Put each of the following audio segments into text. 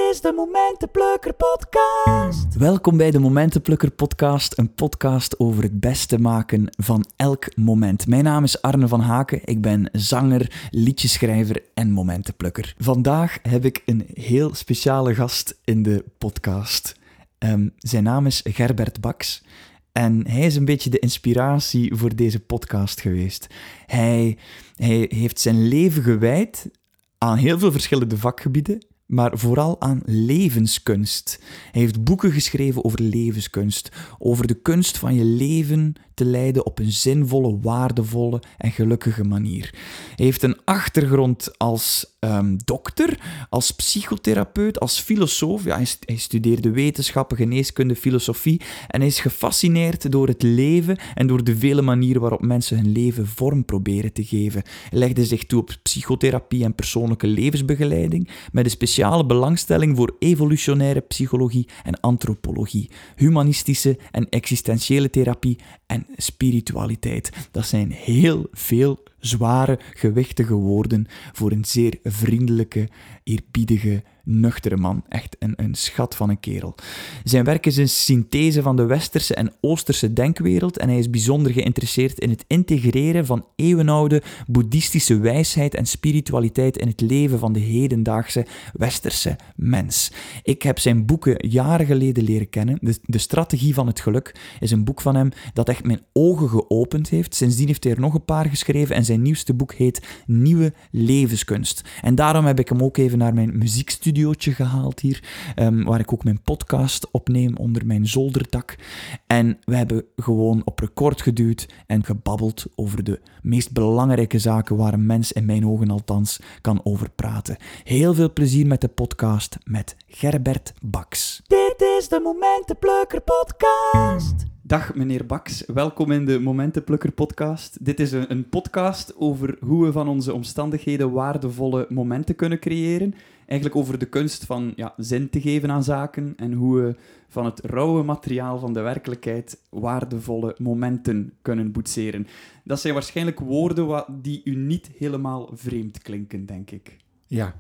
is de Momentenplukker podcast. Welkom bij de Momentenplukker podcast, een podcast over het beste maken van elk moment. Mijn naam is Arne van Haken, ik ben zanger, liedjeschrijver en momentenplukker. Vandaag heb ik een heel speciale gast in de podcast. Zijn naam is Gerbert Baks. En hij is een beetje de inspiratie voor deze podcast geweest. Hij heeft zijn leven gewijd aan heel veel verschillende vakgebieden, maar vooral aan levenskunst. Hij heeft boeken geschreven over levenskunst, over de kunst van je leven te leiden op een zinvolle, waardevolle en gelukkige manier. Hij heeft een achtergrond als dokter, als psychotherapeut, als filosoof. Ja, hij studeerde wetenschappen, geneeskunde, filosofie en hij is gefascineerd door het leven en door de vele manieren waarop mensen hun leven vorm proberen te geven. Hij legde zich toe op psychotherapie en persoonlijke levensbegeleiding met een speciale belangstelling voor evolutionaire psychologie en antropologie, humanistische en existentiële therapie en spiritualiteit. Dat zijn heel veel zware, gewichtige woorden voor een zeer vriendelijke, eerbiedige, nuchtere man. Echt een schat van een kerel. Zijn werk is een synthese van de westerse en oosterse denkwereld en hij is bijzonder geïnteresseerd in het integreren van eeuwenoude boeddhistische wijsheid en spiritualiteit in het leven van de hedendaagse westerse mens. Ik heb zijn boeken jaren geleden leren kennen. De Strategie van het Geluk is een boek van hem dat echt mijn ogen geopend heeft. Sindsdien heeft hij er nog een paar geschreven en zijn nieuwste boek heet Nieuwe Levenskunst. En daarom heb ik hem ook even naar mijn muziekstudiootje gehaald hier, waar ik ook mijn podcast opneem onder mijn zolderdak. En we hebben gewoon op record geduwd en gebabbeld over de meest belangrijke zaken waar een mens, in mijn ogen althans, kan over praten. Heel veel plezier met de podcast met Gerbert Baks. Dit is de Momentenplukker podcast. Dag meneer Baks, welkom in de Momentenplukker podcast. Dit is een podcast over hoe we van onze omstandigheden waardevolle momenten kunnen creëren. Eigenlijk over de kunst van zin te geven aan zaken en hoe we van het rauwe materiaal van de werkelijkheid waardevolle momenten kunnen boetseren. Dat zijn waarschijnlijk woorden die u niet helemaal vreemd klinken, denk ik. Ja,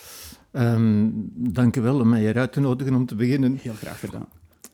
dank u wel om mij hier uit te nodigen om te beginnen. Heel graag gedaan.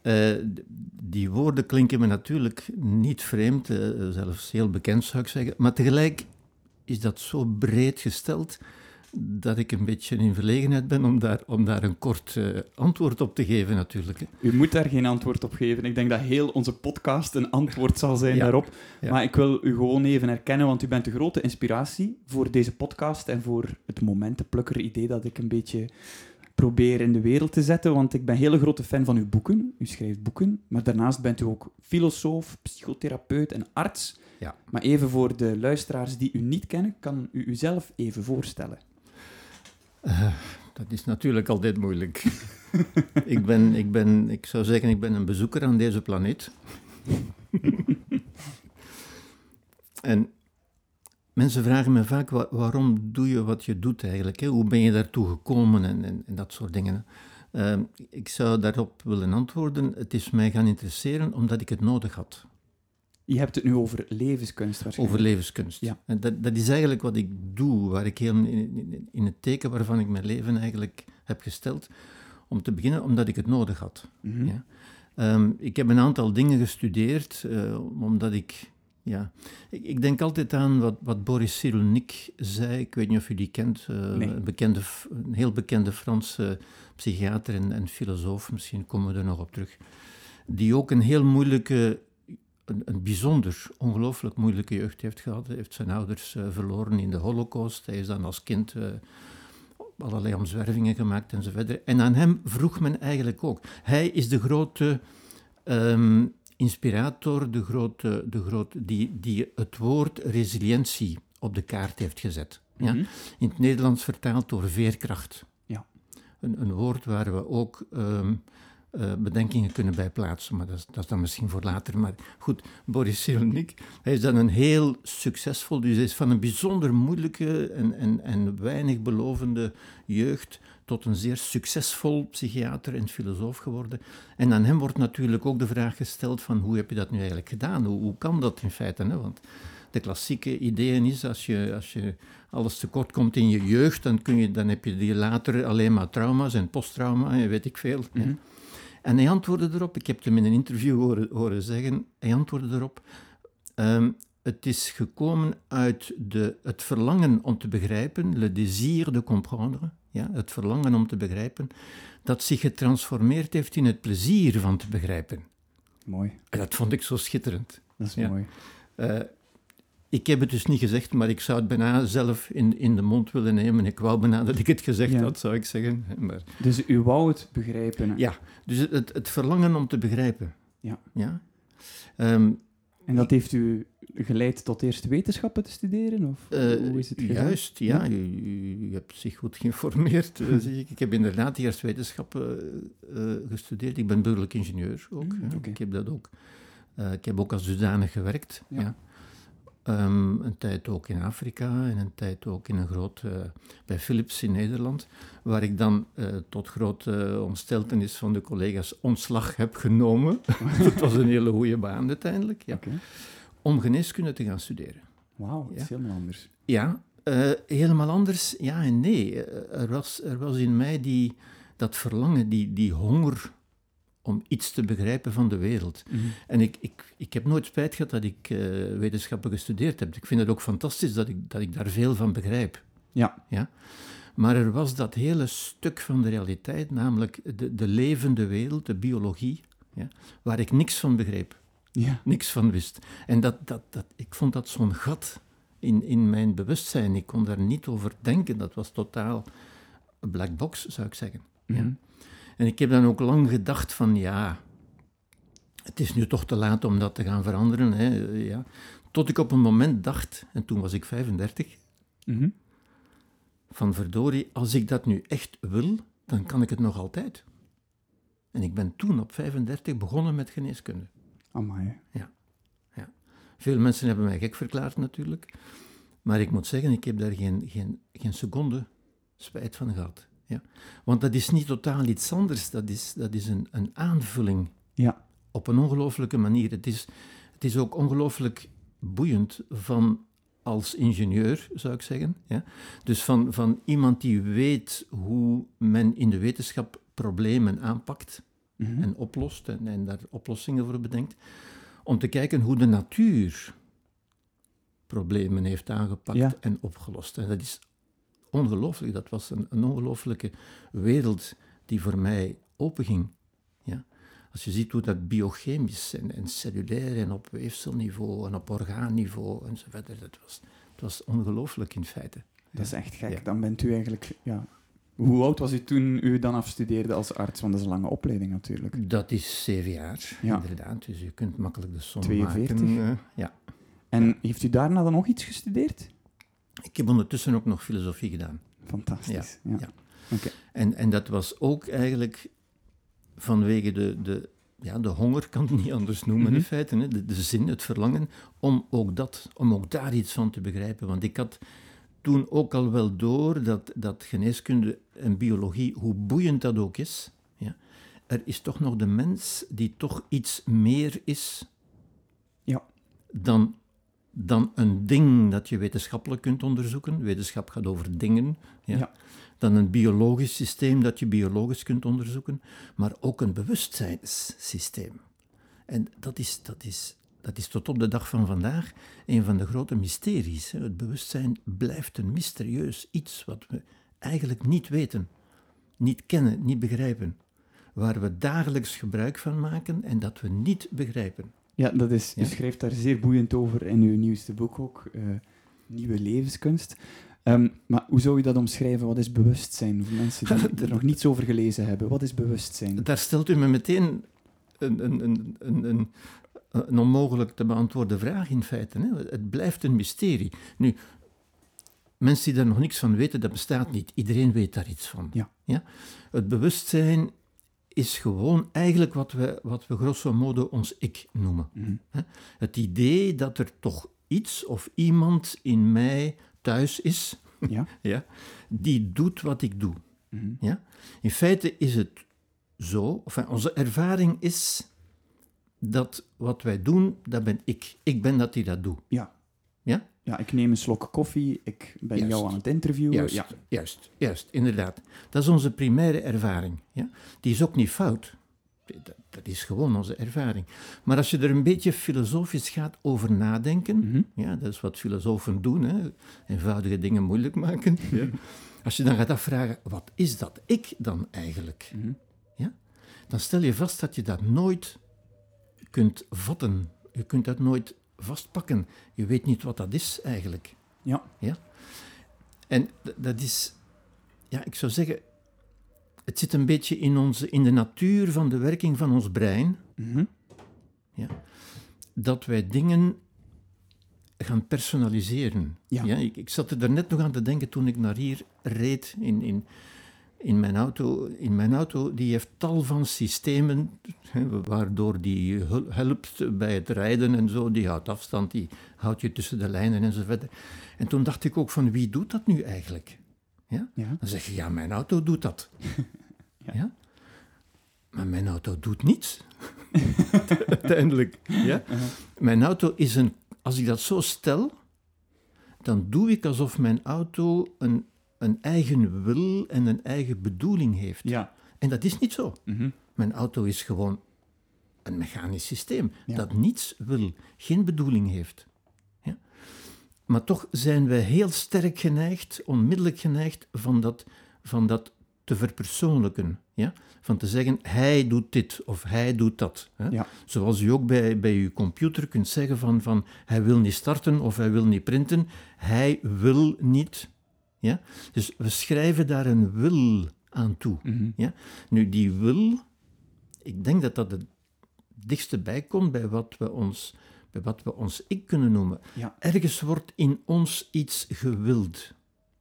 Die woorden klinken me natuurlijk niet vreemd, zelfs heel bekend zou ik zeggen, maar tegelijk is dat zo breed gesteld dat ik een beetje in verlegenheid ben om daar een kort antwoord op te geven natuurlijk. U moet daar geen antwoord op geven. Ik denk dat heel onze podcast een antwoord zal zijn daarop. Ja. Maar ik wil u gewoon even herkennen, want u bent de grote inspiratie voor deze podcast en voor het Momentenplukker-idee dat ik een beetje probeer in de wereld te zetten, want ik ben een hele grote fan van uw boeken. U schrijft boeken, maar daarnaast bent u ook filosoof, psychotherapeut en arts. Ja. Maar even voor de luisteraars die u niet kennen, kan u uzelf even voorstellen? Dat is natuurlijk altijd moeilijk. Ik zou zeggen, ik ben een bezoeker aan deze planeet. En mensen vragen me vaak, waarom doe je wat je doet eigenlijk? Hè? Hoe ben je daartoe gekomen en dat soort dingen? Ik zou daarop willen antwoorden, het is mij gaan interesseren omdat ik het nodig had. Je hebt het nu over levenskunst waarschijnlijk. Over levenskunst. Ja. En dat is eigenlijk wat ik doe, waar ik heel in het teken waarvan ik mijn leven eigenlijk heb gesteld. Om te beginnen, omdat ik het nodig had. Mm-hmm. Ja. Ik heb een aantal dingen gestudeerd, omdat ik... Ja, ik denk altijd aan wat Boris Cyrulnik zei. Ik weet niet of u die kent. Nee. Een heel bekende Franse psychiater en filosoof. Misschien komen we er nog op terug. Die ook een heel moeilijke, een bijzonder, ongelooflijk moeilijke jeugd heeft gehad. Hij heeft zijn ouders verloren in de Holocaust. Hij is dan als kind allerlei omzwervingen gemaakt enzovoort. En aan hem vroeg men eigenlijk ook. Hij is de grote... inspirator, die het woord resilientie op de kaart heeft gezet. Mm-hmm. Ja? In het Nederlands vertaald door veerkracht. Ja. Een woord waar we ook bedenkingen kunnen bij plaatsen, maar dat is dan misschien voor later. Maar goed, Boris Cyrulnik, hij is dan een heel succesvol, dus hij is van een bijzonder moeilijke en weinig belovende jeugd tot een zeer succesvol psychiater en filosoof geworden. En aan hem wordt natuurlijk ook de vraag gesteld van hoe heb je dat nu eigenlijk gedaan? Hoe kan dat in feite? Hè? Want de klassieke ideeën is, als je alles tekort komt in je jeugd, dan heb je die later alleen maar trauma's en posttrauma en weet ik veel. Mhm. Ja. En hij antwoordde erop, ik heb hem in een interview horen zeggen, hij antwoordde erop, het is gekomen uit het verlangen om te begrijpen, le désir de comprendre, ja, het verlangen om te begrijpen, dat zich getransformeerd heeft in het plezier van te begrijpen. Mooi. En dat vond ik zo schitterend. Dat is Ja. mooi. Ik heb het dus niet gezegd, maar ik zou het bijna zelf in de mond willen nemen. Ik wou bijna dat ik het gezegd had, zou ik zeggen. Maar, Dus u wou het begrijpen. Hè? ja, dus het verlangen om te begrijpen. Ja. Ja? En dat heeft u geleid tot eerst wetenschappen te studeren? Of hoe is het gegaan? Juist, ja. U hebt zich goed geïnformeerd, zie ik. Ik heb inderdaad eerst wetenschappen gestudeerd. Ik ben burgerlijk ingenieur ook. Okay. Ik heb ook als dusdanig gewerkt. Ja. Ja. Een tijd ook in Afrika en een tijd ook in bij Philips in Nederland, waar ik dan tot grote ontsteltenis van de collega's ontslag heb genomen. Dat was een hele goede baan uiteindelijk, ja. Okay. Om geneeskunde te gaan studeren. Wauw, dat is helemaal anders. Ja, helemaal anders, ja en nee. Er was in mij dat verlangen, die honger om iets te begrijpen van de wereld. Mm-hmm. En ik heb nooit spijt gehad dat ik wetenschappen gestudeerd heb. Ik vind het ook fantastisch dat ik daar veel van begrijp. Ja. Ja? Maar er was dat hele stuk van de realiteit, namelijk de levende wereld, de biologie, ja, waar ik niks van begreep. Ja. Niks van wist. En ik vond dat zo'n gat in mijn bewustzijn. Ik kon daar niet over denken. Dat was totaal een black box, zou ik zeggen. Mm-hmm. Ja. En ik heb dan ook lang gedacht van, ja, het is nu toch te laat om dat te gaan veranderen. Hè, ja. Tot ik op een moment dacht, en toen was ik 35, Mm-hmm. van verdorie, als ik dat nu echt wil, dan kan ik het nog altijd. En ik ben toen op 35 begonnen met geneeskunde. Amai. Ja. Veel mensen hebben mij gek verklaard natuurlijk, maar ik moet zeggen, ik heb daar geen seconde spijt van gehad. Ja. Want dat is niet totaal iets anders, dat is een aanvulling. Ja. Op een ongelooflijke manier. Het is ook ongelooflijk boeiend als ingenieur, zou ik zeggen. Ja? Dus van iemand die weet hoe men in de wetenschap problemen aanpakt Mm-hmm. en oplost en daar oplossingen voor bedenkt, om te kijken hoe de natuur problemen heeft aangepakt en opgelost. En dat is ongelooflijk. Dat was een ongelooflijke wereld die voor mij openging. Ja? Als je ziet hoe dat biochemisch en cellulair en op weefselniveau en op orgaanniveau enzovoort, het was ongelooflijk in feite. Dat is echt gek. Ja. Dan bent u eigenlijk... Ja. Hoe oud was u toen u dan afstudeerde als arts? Want dat is een lange opleiding natuurlijk. Dat is 7 jaar, inderdaad. Dus je kunt makkelijk de som 42. maken. Ja. En heeft u daarna dan nog iets gestudeerd? Ik heb ondertussen ook nog filosofie gedaan. Fantastisch. Ja. Ja. Okay. En dat was ook eigenlijk vanwege de honger, kan het niet anders noemen, Mm-hmm. in feite, hè, de zin, het verlangen, om ook daar iets van te begrijpen. Want ik had toen ook al wel door dat geneeskunde en biologie, hoe boeiend dat ook is, ja, er is toch nog de mens die toch iets meer is dan een ding dat je wetenschappelijk kunt onderzoeken. Wetenschap gaat over dingen. Ja. Dan een biologisch systeem dat je biologisch kunt onderzoeken, maar ook een bewustzijnssysteem. En dat is tot op de dag van vandaag een van de grote mysteries. Het bewustzijn blijft een mysterieus iets wat we eigenlijk niet weten, niet kennen, niet begrijpen. Waar we dagelijks gebruik van maken en dat we niet begrijpen. Ja, dat is, u schrijft daar zeer boeiend over in uw nieuwste boek ook, Nieuwe Levenskunst. Maar hoe zou je dat omschrijven? Wat is bewustzijn? Voor mensen die er nog niets over gelezen hebben, wat is bewustzijn? Daar stelt u me meteen een onmogelijk te beantwoorden vraag in feite. Hè? Het blijft een mysterie. Nu, mensen die daar nog niks van weten, dat bestaat niet. Iedereen weet daar iets van. Ja? Het bewustzijn is gewoon eigenlijk wat we grosso modo ons ik noemen. Mm-hmm. Het idee dat er toch iets of iemand in mij thuis is, die doet wat ik doe. Mm-hmm. Ja? In feite is het zo, onze ervaring is dat wat wij doen, dat ben ik. Ik ben dat die dat doet. Ja. Ja? Ja, ik neem een slok koffie, ik ben Juist. jou aan het interviewen. Juist, inderdaad. Dat is onze primaire ervaring. Ja? Die is ook niet fout. Dat is gewoon onze ervaring. Maar als je er een beetje filosofisch gaat over nadenken, ja, dat is wat filosofen doen, hè? Eenvoudige dingen moeilijk maken. Ja? Als je dan gaat afvragen, wat is dat ik dan eigenlijk? Ja? Dan stel je vast dat je dat nooit kunt vatten. Je kunt dat nooit vastpakken. Je weet niet wat dat is eigenlijk. Ja. Ja? En dat is, ja, ik zou zeggen, het zit een beetje in de natuur van de werking van ons brein, ja, dat wij dingen gaan personaliseren. Ja. Ja, ik zat er daarnet nog aan te denken toen ik naar hier reed in mijn auto. In mijn auto, die heeft tal van systemen, waardoor die helpt bij het rijden en zo. Die houdt afstand, die houdt je tussen de lijnen en zo verder. En toen dacht ik ook van, wie doet dat nu eigenlijk? Ja? Ja. Dan zeg je, ja, mijn auto doet dat. Ja? Maar mijn auto doet niets. Uiteindelijk. Ja? Mijn auto is als ik dat zo stel, dan doe ik alsof mijn auto een eigen wil en een eigen bedoeling heeft. Ja. En dat is niet zo. Mijn auto is gewoon een mechanisch systeem dat niets wil, geen bedoeling heeft. Ja? Maar toch zijn wij heel sterk geneigd, onmiddellijk geneigd, van dat te verpersoonlijken. Ja? Van te zeggen, hij doet dit of hij doet dat. Hè? Ja. Zoals u ook bij uw computer kunt zeggen van hij wil niet starten of hij wil niet printen. Hij wil niet. Ja? Dus we schrijven daar een wil aan toe. Ja? Nu, die wil, ik denk dat dat het dichtste bij komt bij wat we ons ik kunnen noemen. Ja. Ergens wordt in ons iets gewild.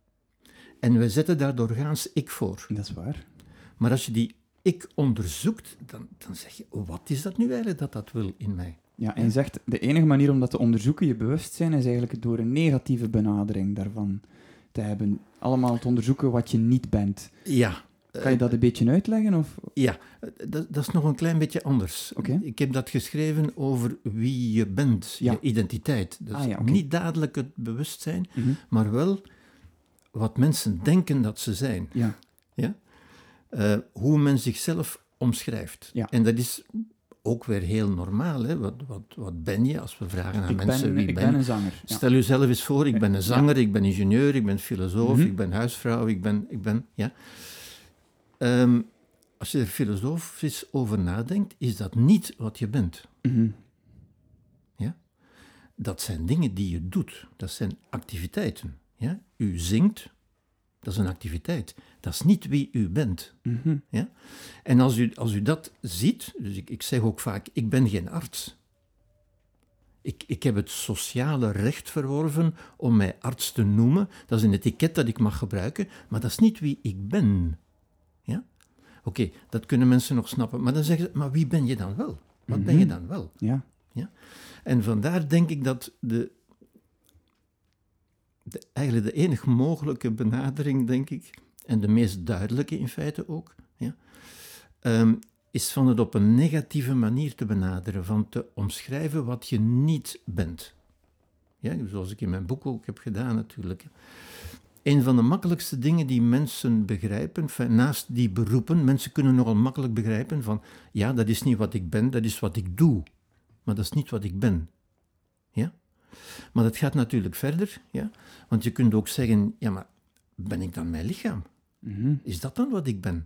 En wij zetten daar doorgaans ik voor. Dat is waar. Maar als je die ik onderzoekt, dan zeg je, wat is dat nu eigenlijk dat wil in mij? Ja, en je zegt, de enige manier om dat te onderzoeken, je bewustzijn, is eigenlijk door een negatieve benadering daarvan te hebben. Allemaal te onderzoeken wat je niet bent. Ja. Kan je dat een beetje uitleggen? Of? Ja, dat is nog een klein beetje anders. Okay. Ik heb dat geschreven over wie je bent, je identiteit. Dus niet dadelijk het bewustzijn, maar wel wat mensen denken dat ze zijn. Ja. Ja? Hoe men zichzelf omschrijft. Ja. En dat is ook weer heel normaal. Hè? Wat ben je als we vragen aan mensen wie ik ben ben een zanger. Ja. Stel jezelf eens voor, ik ben een zanger, ik ben ingenieur, ik ben filosoof, ik ben huisvrouw, ik ben ja. Als je er filosofisch over nadenkt, is dat niet wat je bent. Ja? Dat zijn dingen die je doet. Dat zijn activiteiten. Ja? U zingt, dat is een activiteit. Dat is niet wie u bent. Ja? En als u dat ziet, dus ik zeg ook vaak, ik ben geen arts. Ik heb het sociale recht verworven om mij arts te noemen. Dat is een etiket dat ik mag gebruiken, maar dat is niet wie ik ben. Ja? Oké, dat kunnen mensen nog snappen. Maar dan zeggen ze, maar wie ben je dan wel? Wat ben je dan wel? Ja. Ja? En vandaar denk ik dat eigenlijk de enige mogelijke benadering, denk ik, en de meest duidelijke in feite ook, ja, is van het op een negatieve manier te benaderen, van te omschrijven wat je niet bent. Ja, zoals ik in mijn boek ook heb gedaan natuurlijk. Een van de makkelijkste dingen die mensen begrijpen, naast die beroepen, mensen kunnen nogal makkelijk begrijpen van, ja, dat is niet wat ik ben, dat is wat ik doe. Maar dat is niet wat ik ben. Ja? Maar dat gaat natuurlijk verder, ja? Want je kunt ook zeggen, ja, maar ben ik dan mijn lichaam? Is dat dan wat ik ben?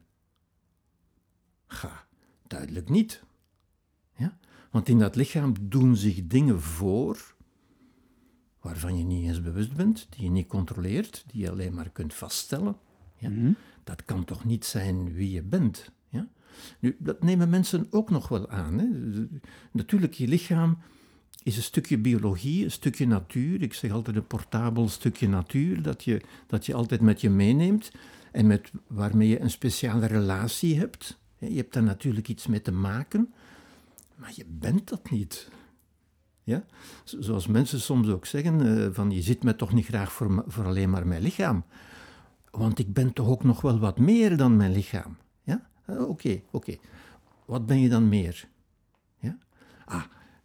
Duidelijk niet. Ja? Want in dat lichaam doen zich dingen voor waarvan je niet eens bewust bent, die je niet controleert, die je alleen maar kunt vaststellen. Ja? Dat kan toch niet zijn wie je bent? Ja? Nu, dat nemen mensen ook nog wel aan. Hè? Natuurlijk, je lichaam is een stukje biologie, een stukje natuur. Ik zeg altijd een portabel stukje natuur dat je altijd met je meeneemt en waarmee je een speciale relatie hebt. Je hebt daar natuurlijk iets mee te maken, maar je bent dat niet. Ja? Zoals mensen soms ook zeggen, van je ziet me toch niet graag voor alleen maar mijn lichaam. Want ik ben toch ook nog wel wat meer dan mijn lichaam. Ja? Oké. Wat ben je dan meer? Ja?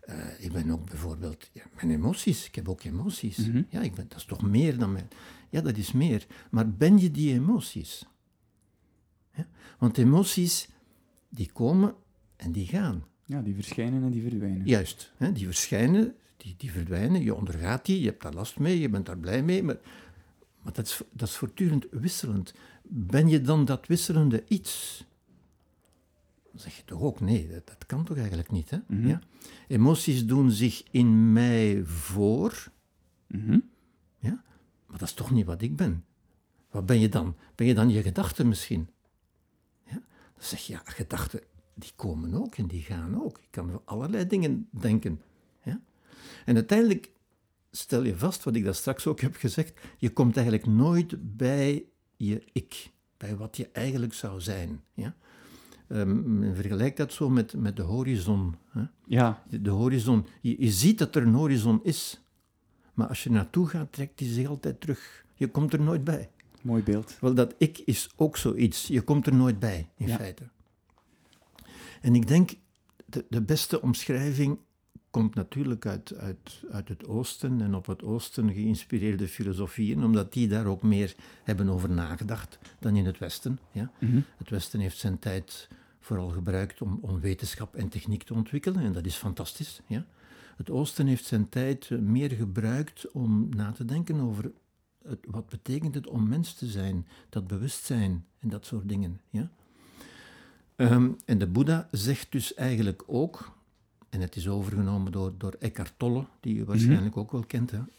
Ik ben ook bijvoorbeeld... Ja, mijn emoties, ik heb ook emoties. Mhm. Ja, dat is toch meer dan mijn... Ja, dat is meer. Maar ben je die emoties? Ja? Want emoties, die komen en die gaan. Ja, die verschijnen en die verdwijnen. Juist, hè, die verschijnen, die verdwijnen, je ondergaat die, je hebt daar last mee, je bent daar blij mee, maar dat is voortdurend wisselend. Ben je dan dat wisselende iets? Dan zeg je toch ook, nee, dat kan toch eigenlijk niet, hè? Mhm. Ja? Emoties doen zich in mij voor, Mhm. ja? Maar dat is toch niet wat ik ben. Wat ben je dan? Ben je dan je gedachten misschien? Ja? Dan zeg je, ja, gedachten, die komen ook en die gaan ook. Ik kan aan allerlei dingen denken. Ja? En uiteindelijk stel je vast, wat ik daar straks ook heb gezegd, je komt eigenlijk nooit bij je ik, bij wat je eigenlijk zou zijn. Ja? Men vergelijkt dat zo met de horizon. Hè? Ja. De horizon, je ziet dat er een horizon is, maar als je naartoe gaat, trekt die zich altijd terug. Je komt er nooit bij. Mooi beeld. Wel, dat ik is ook zoiets. Je komt er nooit bij, in feite. En ik denk, de beste omschrijving komt natuurlijk uit het Oosten en op het Oosten geïnspireerde filosofieën, omdat die daar ook meer hebben over nagedacht dan in het Westen. Ja? Mhm. Het Westen heeft zijn tijd vooral gebruikt om wetenschap en techniek te ontwikkelen, en dat is fantastisch. Ja? Het Oosten heeft zijn tijd meer gebruikt om na te denken over wat betekent het om mens te zijn, dat bewustzijn en dat soort dingen. Ja? En de Boeddha zegt dus eigenlijk ook, en het is overgenomen door Eckhart Tolle, die je waarschijnlijk ook wel kent. Hè?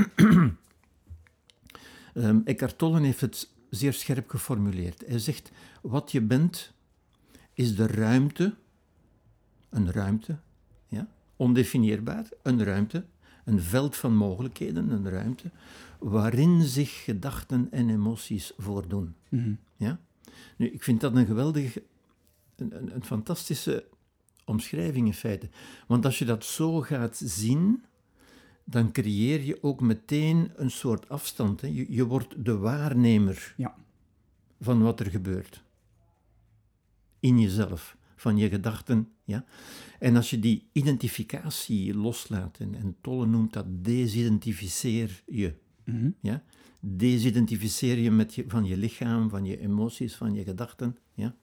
Eckhart Tolle heeft het zeer scherp geformuleerd. Hij zegt, wat je bent, is de ruimte, een ruimte, ja? Ondefinieerbaar, een ruimte, een veld van mogelijkheden, een ruimte, waarin zich gedachten en emoties voordoen. Mhm. Ja? Nu, ik vind dat een geweldige, een fantastische omschrijving in feite. Want als je dat zo gaat zien, dan creëer je ook meteen een soort afstand. Hè. Je wordt de waarnemer van wat er gebeurt. In jezelf, van je gedachten. Ja? En als je die identificatie loslaat, en Tolle noemt dat desidentificeer je. Mhm. Ja? Desidentificeer je van je lichaam, van je emoties, van je gedachten. Ja?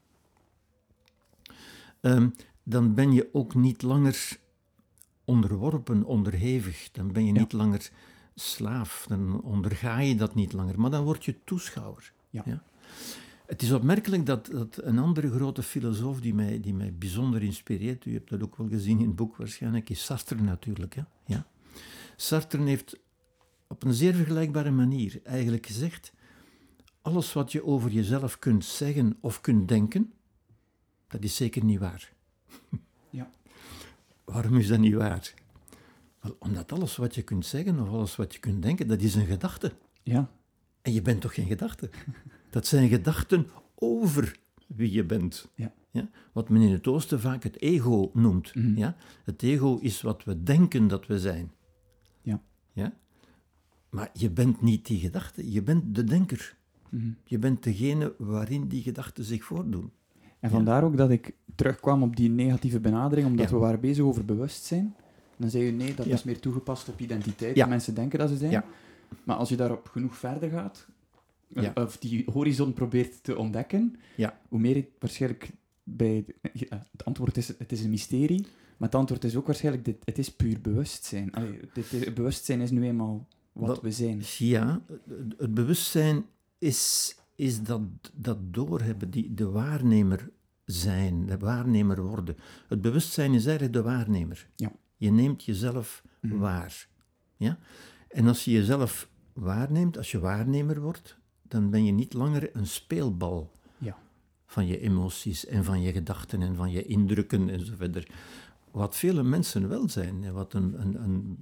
Dan ben je ook niet langer onderworpen, onderhevig. Dan ben je niet langer slaaf. Dan onderga je dat niet langer. Maar dan word je toeschouwer. Ja. Ja? Het is opmerkelijk dat een andere grote filosoof die mij bijzonder inspireert, u hebt dat ook wel gezien in het boek waarschijnlijk, is Sartre natuurlijk. Hè? Ja? Sartre heeft op een zeer vergelijkbare manier eigenlijk gezegd, alles wat je over jezelf kunt zeggen of kunt denken, dat is zeker niet waar. Ja. Waarom is dat niet waar? Wel, omdat alles wat je kunt zeggen of alles wat je kunt denken, dat is een gedachte. Ja. En je bent toch geen gedachte? Dat zijn gedachten over wie je bent. Ja. Ja? Wat men in het Oosten vaak het ego noemt. Mhm. Ja? Het ego is wat we denken dat we zijn. Ja. Ja? Maar je bent niet die gedachte, je bent de denker. Mhm. Je bent degene waarin die gedachten zich voordoen. En vandaar ook dat ik terugkwam op die negatieve benadering, omdat Ja. we waren bezig over bewustzijn. Dan zei je, nee, dat Ja. is meer toegepast op identiteit, Ja. dat mensen denken dat ze zijn. Ja. Maar als je daarop genoeg verder gaat, Ja. of die horizon probeert te ontdekken, Ja. hoe meer je waarschijnlijk bij... Het antwoord is, het is een mysterie, maar het antwoord is ook waarschijnlijk, het is puur bewustzijn. Allee, bewustzijn is nu eenmaal wat we zijn. Ja, het bewustzijn is dat doorhebben, de waarnemer zijn, de waarnemer worden. Het bewustzijn is eigenlijk de waarnemer. Ja. Je neemt jezelf waar. Ja? En als je jezelf waarneemt, als je waarnemer wordt, dan ben je niet langer een speelbal Ja. van je emoties en van je gedachten en van je indrukken en zo verder. Wat vele mensen wel zijn, en wat een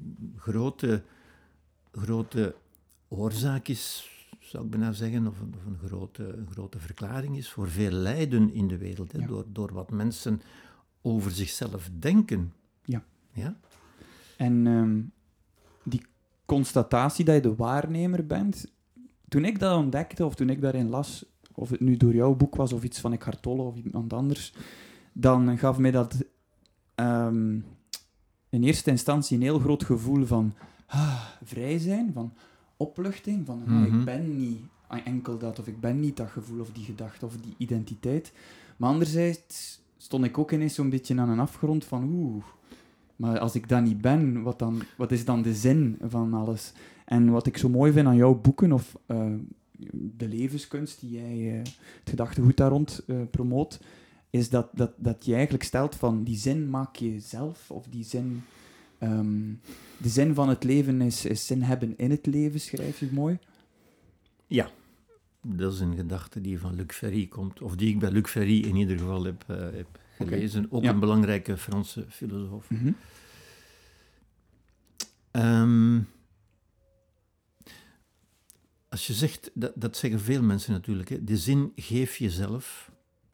grote oorzaak is, zou ik bijna zeggen, of een grote verklaring is voor veel lijden in de wereld, hè, Ja. door wat mensen over zichzelf denken. Ja. Ja? En die constatatie dat je de waarnemer bent, toen ik dat ontdekte, of toen ik daarin las, of het nu door jouw boek was, of iets van Eckhart Tolle of iemand anders, dan gaf mij dat in eerste instantie een heel groot gevoel van vrij zijn, van opluchting, van ik ben niet enkel dat, of ik ben niet dat gevoel, of die gedachte, of die identiteit. Maar anderzijds stond ik ook ineens zo'n beetje aan een afgrond van maar als ik dat niet ben, wat is dan de zin van alles? En wat ik zo mooi vind aan jouw boeken, of de levenskunst die jij, het gedachtegoed daar rond promoot, is dat je eigenlijk stelt van die zin maak je zelf, of die zin... de zin van het leven is zin hebben in het leven, schrijf je mooi. Ja, dat is een gedachte die van Luc Ferry komt, of die ik bij Luc Ferry in ieder geval heb gelezen. Okay. Ook een belangrijke Franse filosoof. Mm-hmm. Als je zegt, dat zeggen veel mensen natuurlijk, hè, de zin geef jezelf.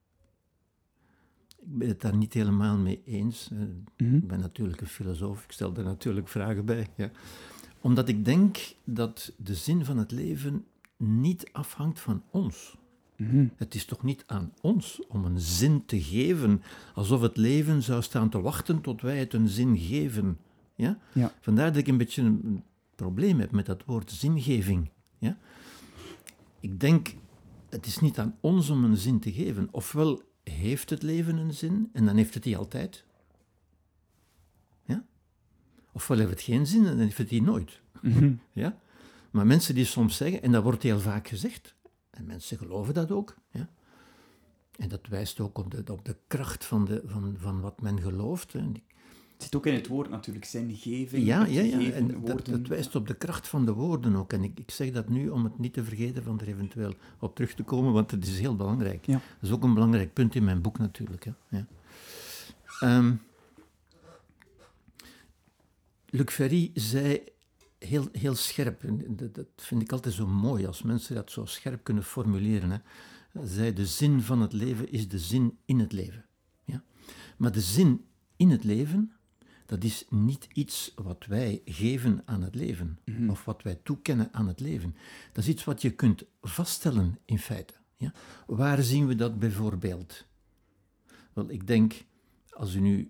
Ik ben het daar niet helemaal mee eens. Ik ben natuurlijk een filosoof, ik stel daar natuurlijk vragen bij. Ja. Omdat ik denk dat de zin van het leven niet afhangt van ons. Mm-hmm. Het is toch niet aan ons om een zin te geven, alsof het leven zou staan te wachten tot wij het een zin geven. Ja? Ja. Vandaar dat ik een beetje een probleem heb met dat woord zingeving. Ja? Ik denk, het is niet aan ons om een zin te geven. Ofwel heeft het leven een zin, en dan heeft het die altijd. Ja? Ofwel heeft het geen zin, en dan heeft het die nooit. Mm-hmm. Ja? Maar mensen die soms zeggen, en dat wordt heel vaak gezegd, en mensen geloven dat ook, ja? En dat wijst ook op de kracht van wat men gelooft. Hè? Het zit ook in het woord natuurlijk, zingeving. Ja, en dat wijst op de kracht van de woorden ook. En ik zeg dat nu om het niet te vergeten, van er eventueel op terug te komen, want het is heel belangrijk. Ja. Dat is ook een belangrijk punt in mijn boek natuurlijk. Hè. Ja. Luc Ferry zei heel scherp, en dat vind ik altijd zo mooi als mensen dat zo scherp kunnen formuleren. Hè. Hij zei, de zin van het leven is de zin in het leven. Ja? Maar de zin in het leven, dat is niet iets wat wij geven aan het leven, of wat wij toekennen aan het leven. Dat is iets wat je kunt vaststellen in feite. Ja? Waar zien we dat bijvoorbeeld? Wel, ik denk, als u nu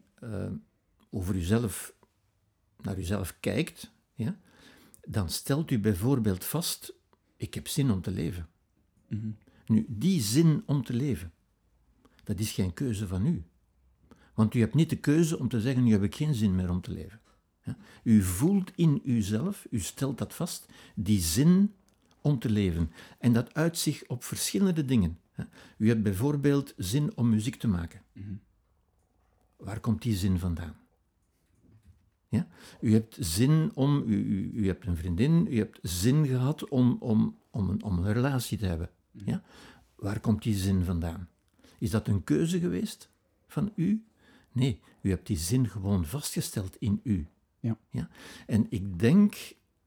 naar uzelf kijkt, ja, dan stelt u bijvoorbeeld vast, ik heb zin om te leven. Mm-hmm. Nu, die zin om te leven, dat is geen keuze van u. Want u hebt niet de keuze om te zeggen, nu heb ik geen zin meer om te leven. Ja? U voelt in uzelf, u stelt dat vast, die zin om te leven. En dat uit zich op verschillende dingen. Ja? U hebt bijvoorbeeld zin om muziek te maken. Mm-hmm. Waar komt die zin vandaan? Ja? U hebt zin om, u hebt een vriendin, u hebt zin gehad om een relatie te hebben. Ja? Waar komt die zin vandaan? Is dat een keuze geweest van u? Nee, u hebt die zin gewoon vastgesteld in u. Ja. Ja? En ik denk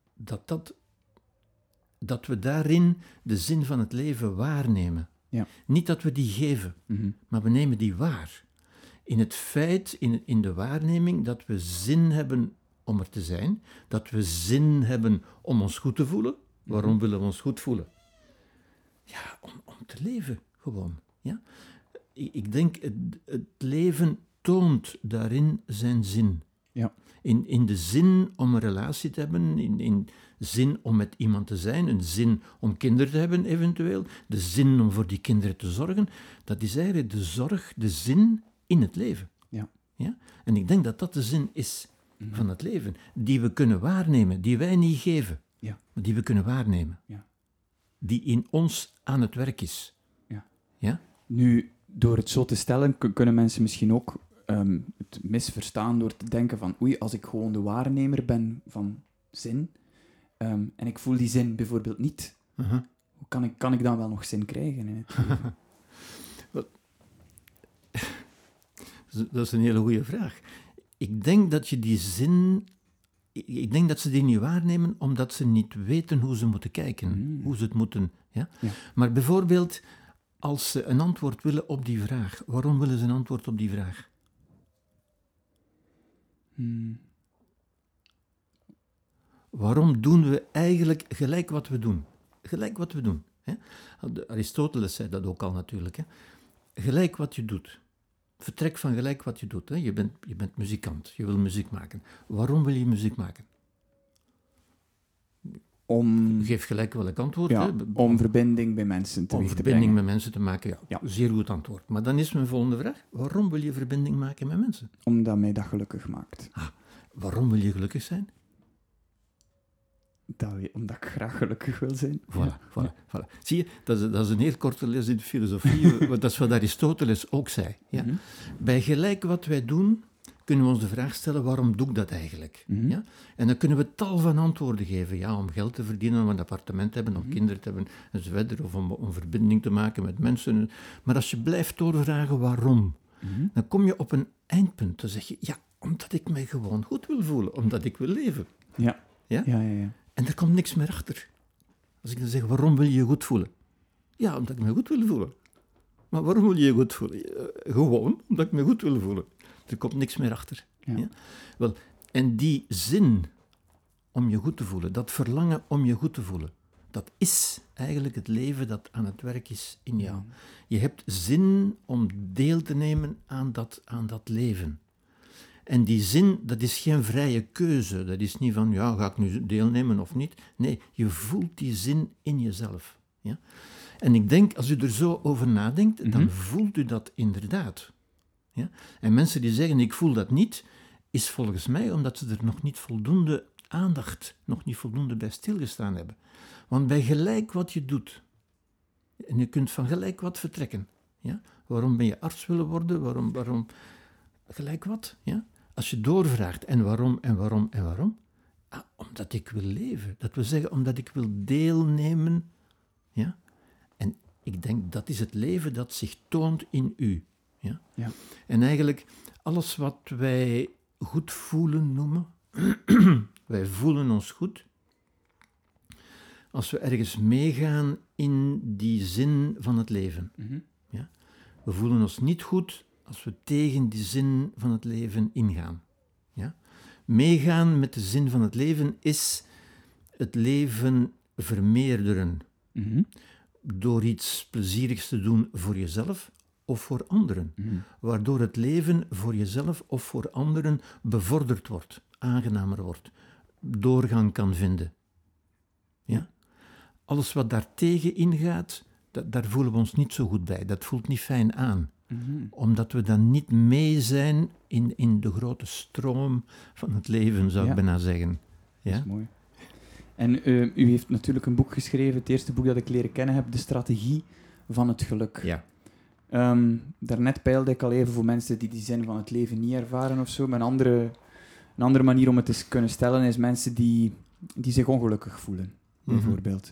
dat we daarin de zin van het leven waarnemen. Ja. Niet dat we die geven, maar we nemen die waar. In het feit, in de waarneming, dat we zin hebben om er te zijn, dat we zin hebben om ons goed te voelen. Waarom willen we ons goed voelen? Ja, om te leven, gewoon. Ja? Ik denk, het leven toont daarin zijn zin. Ja. In de zin om een relatie te hebben, in zin om met iemand te zijn, een zin om kinderen te hebben eventueel, de zin om voor die kinderen te zorgen, dat is eigenlijk de zorg, de zin in het leven. Ja. Ja? En ik denk dat dat de zin is van het leven, die we kunnen waarnemen, die wij niet geven, Ja. maar die we kunnen waarnemen. Ja. Die in ons aan het werk is. Ja. Ja? Nu, door het zo te stellen, kunnen mensen misschien ook het misverstaan door te denken van oei, als ik gewoon de waarnemer ben van zin, en ik voel die zin bijvoorbeeld niet, hoe kan ik dan wel nog zin krijgen in het leven? Dat is een hele goede vraag. Ik denk dat je die zin... Ik denk dat ze die niet waarnemen omdat ze niet weten hoe ze moeten kijken. Hoe ze het moeten... Ja? Ja. Maar bijvoorbeeld, als ze een antwoord willen op die vraag. Waarom willen ze een antwoord op die vraag? Waarom doen we eigenlijk gelijk wat we doen? Gelijk wat we doen. Hè? Aristoteles zei dat ook al natuurlijk. Hè? Gelijk wat je doet. Vertrek van gelijk wat je doet. Hè. Je bent muzikant, je wil muziek maken. Waarom wil je muziek maken? Geef gelijk welk antwoord. Ja, hè. om verbinding bij mensen teweeg te brengen. Om verbinding met mensen te maken, ja. Zeer goed antwoord. Maar dan is mijn volgende vraag. Waarom wil je verbinding maken met mensen? Omdat mij dat gelukkig maakt. Waarom wil je gelukkig zijn? Omdat ik graag gelukkig wil zijn. Voilà. Zie je, dat is een heel korte les in de filosofie, want dat is wat Aristoteles ook zei. Ja? Mm-hmm. Bij gelijk wat wij doen, kunnen we ons de vraag stellen, waarom doe ik dat eigenlijk? Mm-hmm. Ja? En dan kunnen we tal van antwoorden geven. Ja, om geld te verdienen, om een appartement te hebben, om kinderen te hebben, enzovoort, of om verbinding te maken met mensen. Maar als je blijft doorvragen waarom, dan kom je op een eindpunt. Dan zeg je, ja, omdat ik mij gewoon goed wil voelen, omdat ik wil leven. Ja. Ja? Ja. En er komt niks meer achter. Als ik dan zeg, waarom wil je je goed voelen? Ja, omdat ik me goed wil voelen. Maar waarom wil je je goed voelen? Gewoon omdat ik me goed wil voelen. Er komt niks meer achter. Ja. Ja? Wel, en die zin om je goed te voelen, dat verlangen om je goed te voelen, dat is eigenlijk het leven dat aan het werk is in jou. Je hebt zin om deel te nemen aan dat leven. En die zin, dat is geen vrije keuze. Dat is niet van, ja, ga ik nu deelnemen of niet? Nee, je voelt die zin in jezelf. Ja? En ik denk, als u er zo over nadenkt, dan voelt u dat inderdaad. Ja? En mensen die zeggen, ik voel dat niet, is volgens mij omdat ze er nog niet voldoende aandacht, nog niet voldoende bij stilgestaan hebben. Want bij gelijk wat je doet, en je kunt van gelijk wat vertrekken. Ja? Waarom ben je arts willen worden? Waarom? Gelijk wat? Ja? Als je doorvraagt, en waarom? Omdat ik wil leven. Dat wil zeggen, omdat ik wil deelnemen. Ja? En ik denk, dat is het leven dat zich toont in u. Ja? Ja. En eigenlijk, alles wat wij goed voelen noemen, wij voelen ons goed, als we ergens meegaan in die zin van het leven. Ja? We voelen ons niet goed als we tegen die zin van het leven ingaan. Ja? Meegaan met de zin van het leven is het leven vermeerderen. Door iets plezierigs te doen voor jezelf of voor anderen. Waardoor het leven voor jezelf of voor anderen bevorderd wordt, aangenamer wordt, doorgang kan vinden. Ja? Alles wat daartegen ingaat, daar voelen we ons niet zo goed bij. Dat voelt niet fijn aan. Omdat we dan niet mee zijn in de grote stroom van het leven, zou ik bijna zeggen. Ja? Dat is mooi. En u heeft natuurlijk een boek geschreven, het eerste boek dat ik leren kennen heb, De Strategie van het Geluk. Ja. Daarnet peilde ik al even voor mensen die zin van het leven niet ervaren of zo. Maar een andere manier om het te kunnen stellen is mensen die zich ongelukkig voelen, bijvoorbeeld.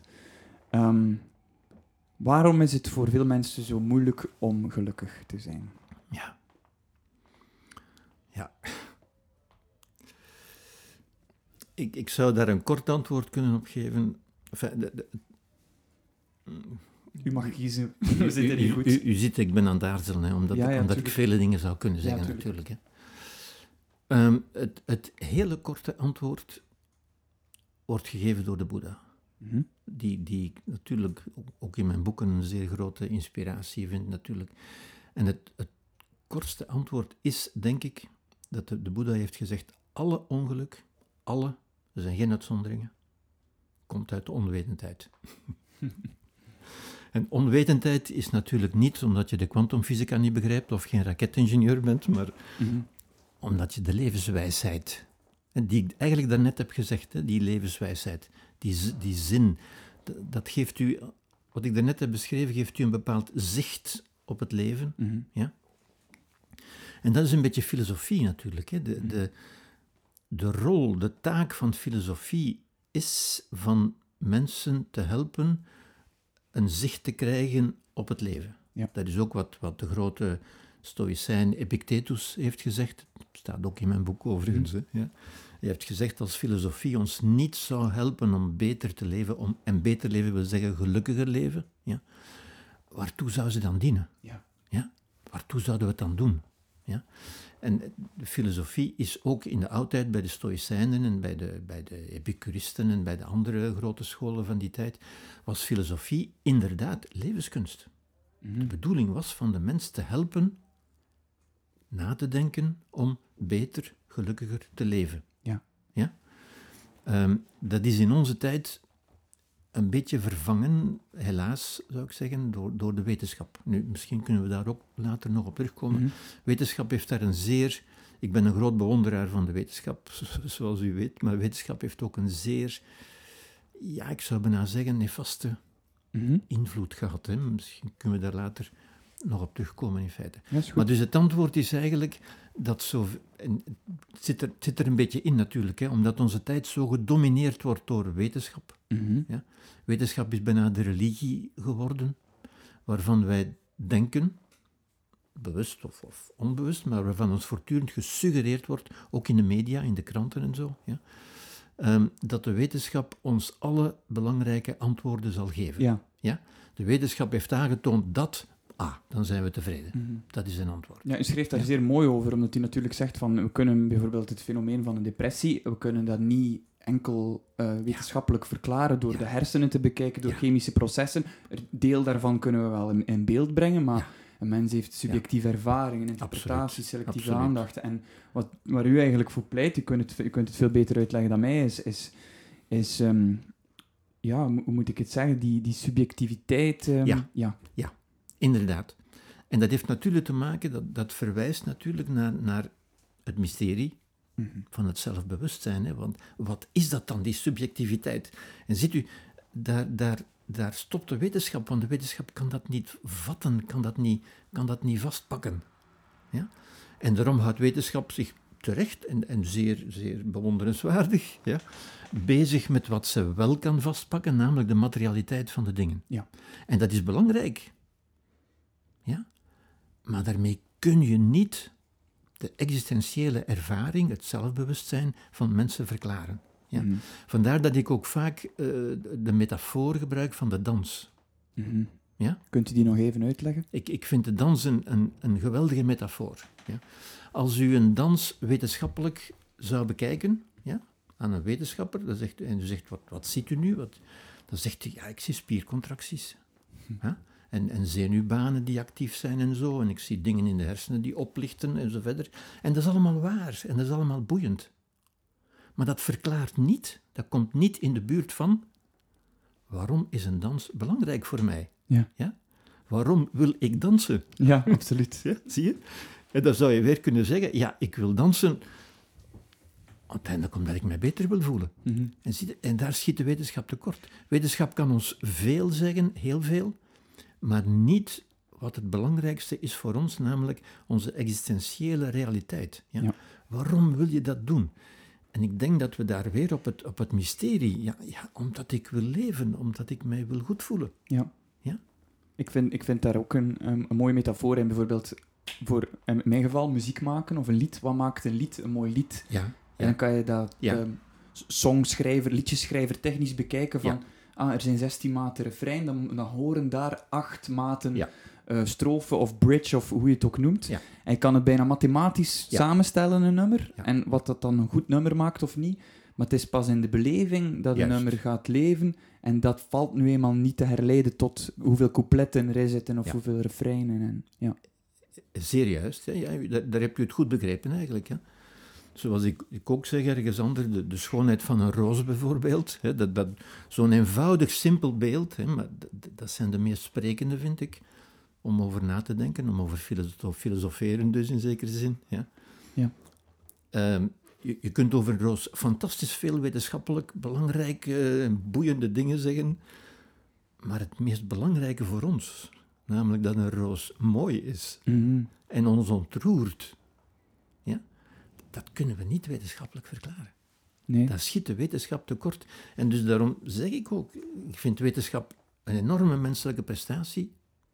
Waarom is het voor veel mensen zo moeilijk om gelukkig te zijn? Ja. Ik zou daar een kort antwoord kunnen op geven. Enfin, u mag kiezen. We zitten niet goed. U ziet, ik ben aan het aarzelen, hè, omdat ik vele dingen zou kunnen zeggen, natuurlijk. Hè. Het hele korte antwoord wordt gegeven door de Boeddha. Die ik natuurlijk ook in mijn boeken een zeer grote inspiratie vind, natuurlijk. En het kortste antwoord is, denk ik, dat de Boeddha heeft gezegd, alle ongeluk, er zijn geen uitzonderingen, komt uit de onwetendheid. En onwetendheid is natuurlijk niet omdat je de kwantumfysica niet begrijpt of geen raketingenieur bent, maar omdat je de levenswijsheid, die ik eigenlijk daarnet heb gezegd, hè, die levenswijsheid, die zin, dat geeft u, wat ik daarnet heb beschreven, geeft u een bepaald zicht op het leven. Ja? En dat is een beetje filosofie natuurlijk. Hè. De rol, de taak van filosofie is van mensen te helpen een zicht te krijgen op het leven. Ja. Dat is ook wat de grote stoïcijn Epictetus heeft gezegd. Dat staat ook in mijn boek overigens. Hè. Ja. Hij heeft gezegd, als filosofie ons niet zou helpen om beter te leven, en beter leven wil zeggen gelukkiger leven, ja, waartoe zou ze dan dienen? Ja. Ja? Waartoe zouden we het dan doen? Ja? En de filosofie is ook in de oudheid bij de Stoïcijnen en bij de Epicuristen en bij de andere grote scholen van die tijd, was filosofie inderdaad levenskunst. De bedoeling was van de mens te helpen na te denken om beter, gelukkiger te leven. Ja. Ja? Dat is in onze tijd een beetje vervangen, helaas zou ik zeggen, door de wetenschap. Nu, misschien kunnen we daar ook later nog op terugkomen. Mm-hmm. Wetenschap heeft daar ik ben een groot bewonderaar van de wetenschap, zoals u weet, maar wetenschap heeft ook een zeer, ja, ik zou bijna zeggen, nefaste invloed gehad. Hè. Misschien kunnen we daar later nog op terugkomen in feite. Ja, is goed. Maar dus het antwoord is eigenlijk dat het zit er een beetje in natuurlijk, hè, omdat onze tijd zo gedomineerd wordt door wetenschap. Mm-hmm. Ja. Wetenschap is bijna de religie geworden, waarvan wij denken, bewust of onbewust, maar waarvan ons voortdurend gesuggereerd wordt, ook in de media, in de kranten en zo, ja, dat de wetenschap ons alle belangrijke antwoorden zal geven. Ja. Ja? De wetenschap heeft aangetoond dat, dan zijn we tevreden. Mm-hmm. Dat is een antwoord. Ja, u schreef daar zeer mooi over, omdat u natuurlijk zegt van, we kunnen bijvoorbeeld het fenomeen van een depressie, we kunnen dat niet enkel wetenschappelijk verklaren door de hersenen te bekijken, door chemische processen. Een deel daarvan kunnen we wel in beeld brengen, maar een mens heeft subjectieve ervaringen, interpretaties, selectieve aandacht. En waar u eigenlijk voor pleit, u kunt het veel beter uitleggen dan mij, is hoe moet ik het zeggen, die subjectiviteit. Ja, inderdaad. En dat heeft natuurlijk te maken, dat verwijst natuurlijk naar het mysterie van het zelfbewustzijn. Hè? Want wat is dat dan, die subjectiviteit? En ziet u, daar stopt de wetenschap, want de wetenschap kan dat niet vatten, kan dat niet vastpakken. Ja? En daarom houdt wetenschap zich terecht en zeer, zeer bewonderenswaardig bezig met wat ze wel kan vastpakken, namelijk de materialiteit van de dingen. Ja. En dat is belangrijk. Ja? Maar daarmee kun je niet de existentiële ervaring, het zelfbewustzijn van mensen verklaren. Ja? Mm-hmm. Vandaar dat ik ook vaak de metafoor gebruik van de dans. Mm-hmm. Ja? Kunt u die nog even uitleggen? Ik vind de dans een geweldige metafoor. Ja? Als u een dans wetenschappelijk zou bekijken, ja, aan een wetenschapper, en u zegt, wat ziet u nu? Dan zegt hij, ik zie spiercontracties. Ja? En zenuwbanen die actief zijn en zo. En ik zie dingen in de hersenen die oplichten en zo verder. En dat is allemaal waar. En dat is allemaal boeiend. Maar dat verklaart niet, dat komt niet in de buurt van, waarom is een dans belangrijk voor mij? Ja. Ja? Waarom wil ik dansen? Ja, absoluut. Ja, zie je? En dan zou je weer kunnen zeggen, ik wil dansen uiteindelijk omdat ik mij beter wil voelen. Mm-hmm. En daar schiet de wetenschap tekort. Wetenschap kan ons veel zeggen, heel veel, maar niet wat het belangrijkste is voor ons, namelijk onze existentiële realiteit. Ja? Ja. Waarom wil je dat doen? En ik denk dat we daar weer op het mysterie, omdat ik wil leven, omdat ik mij wil goed voelen. Ja. Ja? Ik vind daar ook een mooie metafoor in, bijvoorbeeld voor, in mijn geval, muziek maken of een lied. Wat maakt een lied een mooi lied? Ja. En dan kan je dat songschrijver, liedjeschrijver technisch bekijken van, er zijn 16 maten refrein, dan horen daar 8 maten strofe of bridge of hoe je het ook noemt. Ja. En je kan het bijna mathematisch samenstellen, een nummer, en wat dat dan een goed nummer maakt of niet. Maar het is pas in de beleving dat een nummer gaat leven, en dat valt nu eenmaal niet te herleiden tot hoeveel coupletten er zitten of hoeveel refreinen. Zeer juist, hè? Ja, daar heb je het goed begrepen eigenlijk. Hè? Zoals ik ook zeg ergens anders, de schoonheid van een roos bijvoorbeeld. Hè? Zo'n eenvoudig, simpel beeld, hè? Maar dat zijn de meest sprekende, vind ik, om over na te denken, om over filosoferen dus in zekere zin. Ja? Ja. Je kunt over een roos fantastisch veel wetenschappelijk belangrijke en boeiende dingen zeggen, maar het meest belangrijke voor ons, namelijk dat een roos mooi is en ons ontroert, dat kunnen we niet wetenschappelijk verklaren. Nee. Daar schiet de wetenschap tekort. En dus daarom zeg ik ook, ik vind wetenschap een enorme menselijke prestatie,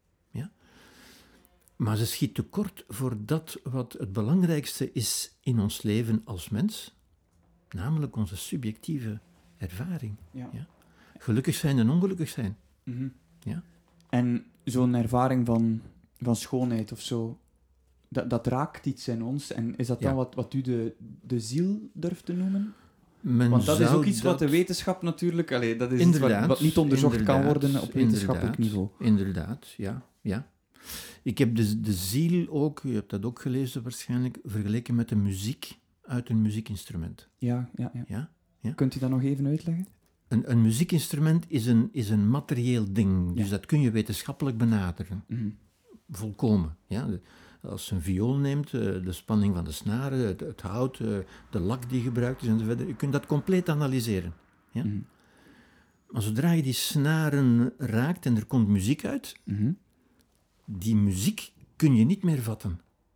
maar ze schiet tekort voor dat wat het belangrijkste is in ons leven als mens, namelijk onze subjectieve ervaring. Ja. Ja? Gelukkig zijn en ongelukkig zijn. Mm-hmm. Ja? En zo'n ervaring van schoonheid of zo, dat raakt iets in ons. En is dat dan wat u de ziel durft te noemen? Want dat is ook iets wat de wetenschap natuurlijk... dat is iets wat niet onderzocht kan worden op wetenschappelijk niveau. Inderdaad, ja. Ik heb de ziel ook, je hebt dat ook gelezen waarschijnlijk, vergeleken met de muziek uit een muziekinstrument. Ja. Ja? Ja? Kunt u dat nog even uitleggen? Een muziekinstrument is een materieel ding, dus dat kun je wetenschappelijk benaderen. Volkomen. Ja? Als je een viool neemt, de spanning van de snaren, het hout, de lak die gebruikt is enzovoort, je kunt dat compleet analyseren. Ja? Maar zodra je die snaren raakt en er komt muziek uit, die muziek kun je niet meer vatten.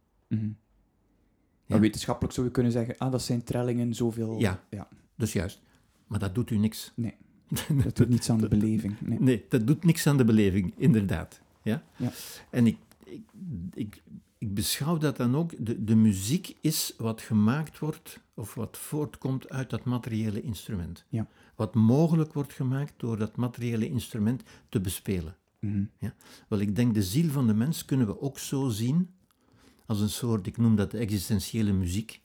Maar wetenschappelijk zou je kunnen zeggen, dat zijn trillingen, zoveel... Ja, dus juist. Maar dat doet u niks. Nee, dat doet niets aan de beleving. Nee, dat doet niks aan de beleving, inderdaad. Ja? En ik beschouw dat dan ook, de muziek is wat gemaakt wordt, of wat voortkomt uit dat materiële instrument. Ja. Wat mogelijk wordt gemaakt door dat materiële instrument te bespelen. Ja? Wel, ik denk de ziel van de mens kunnen we ook zo zien, als een soort, ik noem dat de existentiële muziek,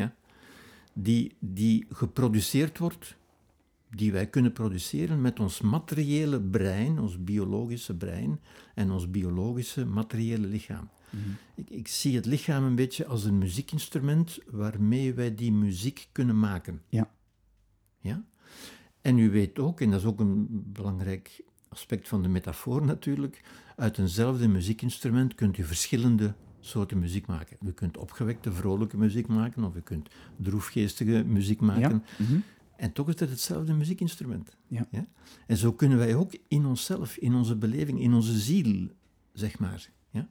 die geproduceerd wordt, die wij kunnen produceren met ons materiële brein, ons biologische brein en ons biologische materiële lichaam. Ik zie het lichaam een beetje als een muziekinstrument waarmee wij die muziek kunnen maken. Ja? En u weet ook, en dat is ook een belangrijk aspect van de metafoor natuurlijk, uit eenzelfde muziekinstrument kunt u verschillende soorten muziek maken. U kunt opgewekte, vrolijke muziek maken, of u kunt droefgeestige muziek maken. En toch is het hetzelfde muziekinstrument. Ja? En zo kunnen wij ook in onszelf, in onze beleving, in onze ziel, zeg maar,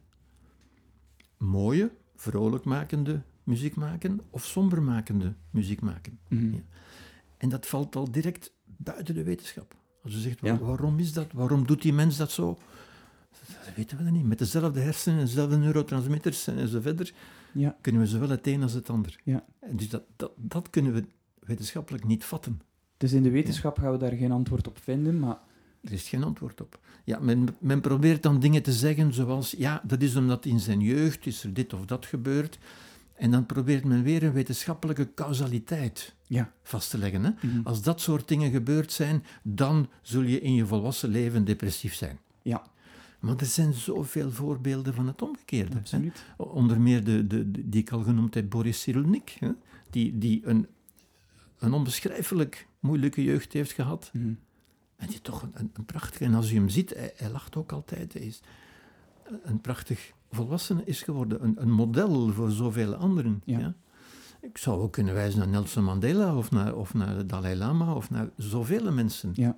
mooie, vrolijkmakende muziek maken of sombermakende muziek maken. En dat valt al direct buiten de wetenschap. Als je zegt, waarom is dat? Waarom doet die mens dat zo? Dat weten we niet. Met dezelfde hersenen, dezelfde neurotransmitters enzovoort, kunnen we zowel het een als het ander. En dus dat kunnen we wetenschappelijk niet vatten. Dus in de wetenschap gaan we daar geen antwoord op vinden, maar... Er is geen antwoord op. Ja, men probeert dan dingen te zeggen zoals, dat is omdat in zijn jeugd is er dit of dat gebeurd. En dan probeert men weer een wetenschappelijke causaliteit vast te leggen. Hè? Als dat soort dingen gebeurd zijn, dan zul je in je volwassen leven depressief zijn. Ja. Maar er zijn zoveel voorbeelden van het omgekeerde. Absoluut. Hè? Onder meer die ik al genoemd heb, Boris Cyrulnik, hè? Die een onbeschrijfelijk moeilijke jeugd heeft gehad. En die toch een prachtige... En als u hem ziet, hij lacht ook altijd. Hij is een prachtig volwassene is geworden. Een model voor zoveel anderen. Ja? Ik zou ook kunnen wijzen naar Nelson Mandela of naar de Dalai Lama of naar zoveel mensen. Ja?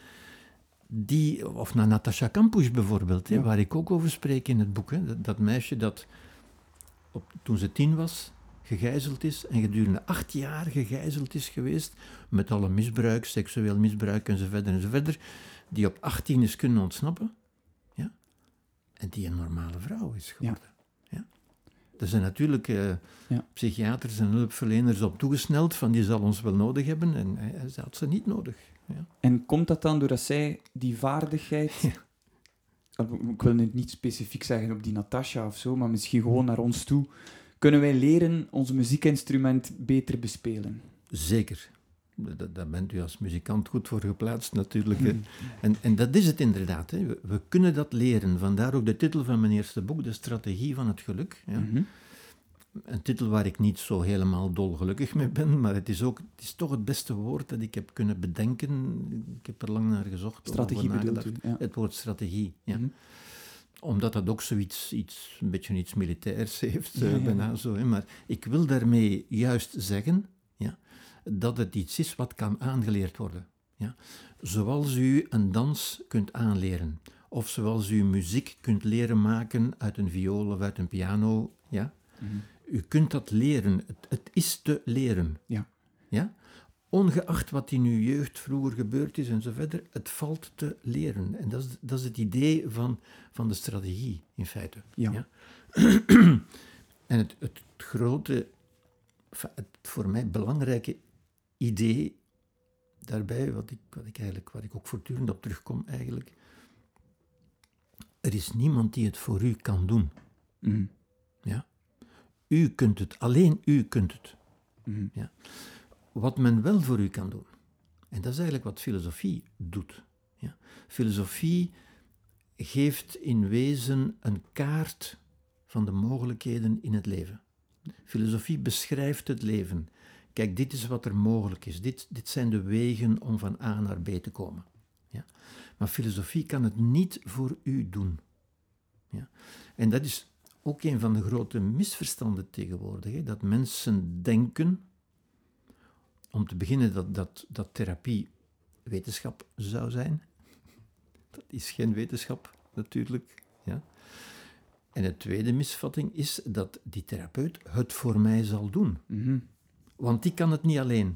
Of naar Natasha Kampusch bijvoorbeeld, waar ik ook over spreek in het boek. Hè? Dat meisje dat toen ze 10 was... gegijzeld is en gedurende 8 jaar gegijzeld is geweest met alle misbruik, seksueel misbruik enzovoort, die op 18 is kunnen ontsnappen, en die een normale vrouw is geworden. Er zijn natuurlijk psychiaters en hulpverleners op toegesneld van die zal ons wel nodig hebben en hij had ze niet nodig. En komt dat dan doordat zij die vaardigheid... Ik wil het niet specifiek zeggen op die Natasha of zo, maar misschien gewoon naar ons toe... Kunnen wij leren ons muziekinstrument beter bespelen? Zeker. Daar bent u als muzikant goed voor geplaatst natuurlijk. En dat is het inderdaad. Hè. We kunnen dat leren. Vandaar ook de titel van mijn eerste boek, De Strategie van het Geluk. Ja. Een titel waar ik niet zo helemaal dolgelukkig mee ben, maar het is toch het beste woord dat ik heb kunnen bedenken. Ik heb er lang naar gezocht. Strategie bedoelt u? Ja. Het woord strategie, omdat dat ook zoiets, een beetje iets militairs heeft, bijna zo. Hè. Maar ik wil daarmee juist zeggen dat het iets is wat kan aangeleerd worden. Ja. Zoals u een dans kunt aanleren. Of zoals u muziek kunt leren maken uit een viool of uit een piano. Ja. U kunt dat leren. Het is te leren. Ja? Ongeacht wat in uw jeugd vroeger gebeurd is en zo verder, het valt te leren. En dat is het idee van de strategie, in feite. Ja? En het grote, het voor mij belangrijke idee daarbij, wat ik ook voortdurend op terugkom eigenlijk, er is niemand die het voor u kan doen. Ja? U kunt het, alleen u kunt het. Ja? Wat men wel voor u kan doen. En dat is eigenlijk wat filosofie doet. Ja? Filosofie geeft in wezen een kaart van de mogelijkheden in het leven. Filosofie beschrijft het leven. Kijk, dit is wat er mogelijk is. Dit zijn de wegen om van A naar B te komen. Ja? Maar filosofie kan het niet voor u doen. Ja? En dat is ook een van de grote misverstanden tegenwoordig. Hè? Dat mensen denken, om te beginnen, dat therapie wetenschap zou zijn. Dat is geen wetenschap, natuurlijk. Ja? En de tweede misvatting is dat die therapeut het voor mij zal doen. Mhm. Want die kan het niet alleen.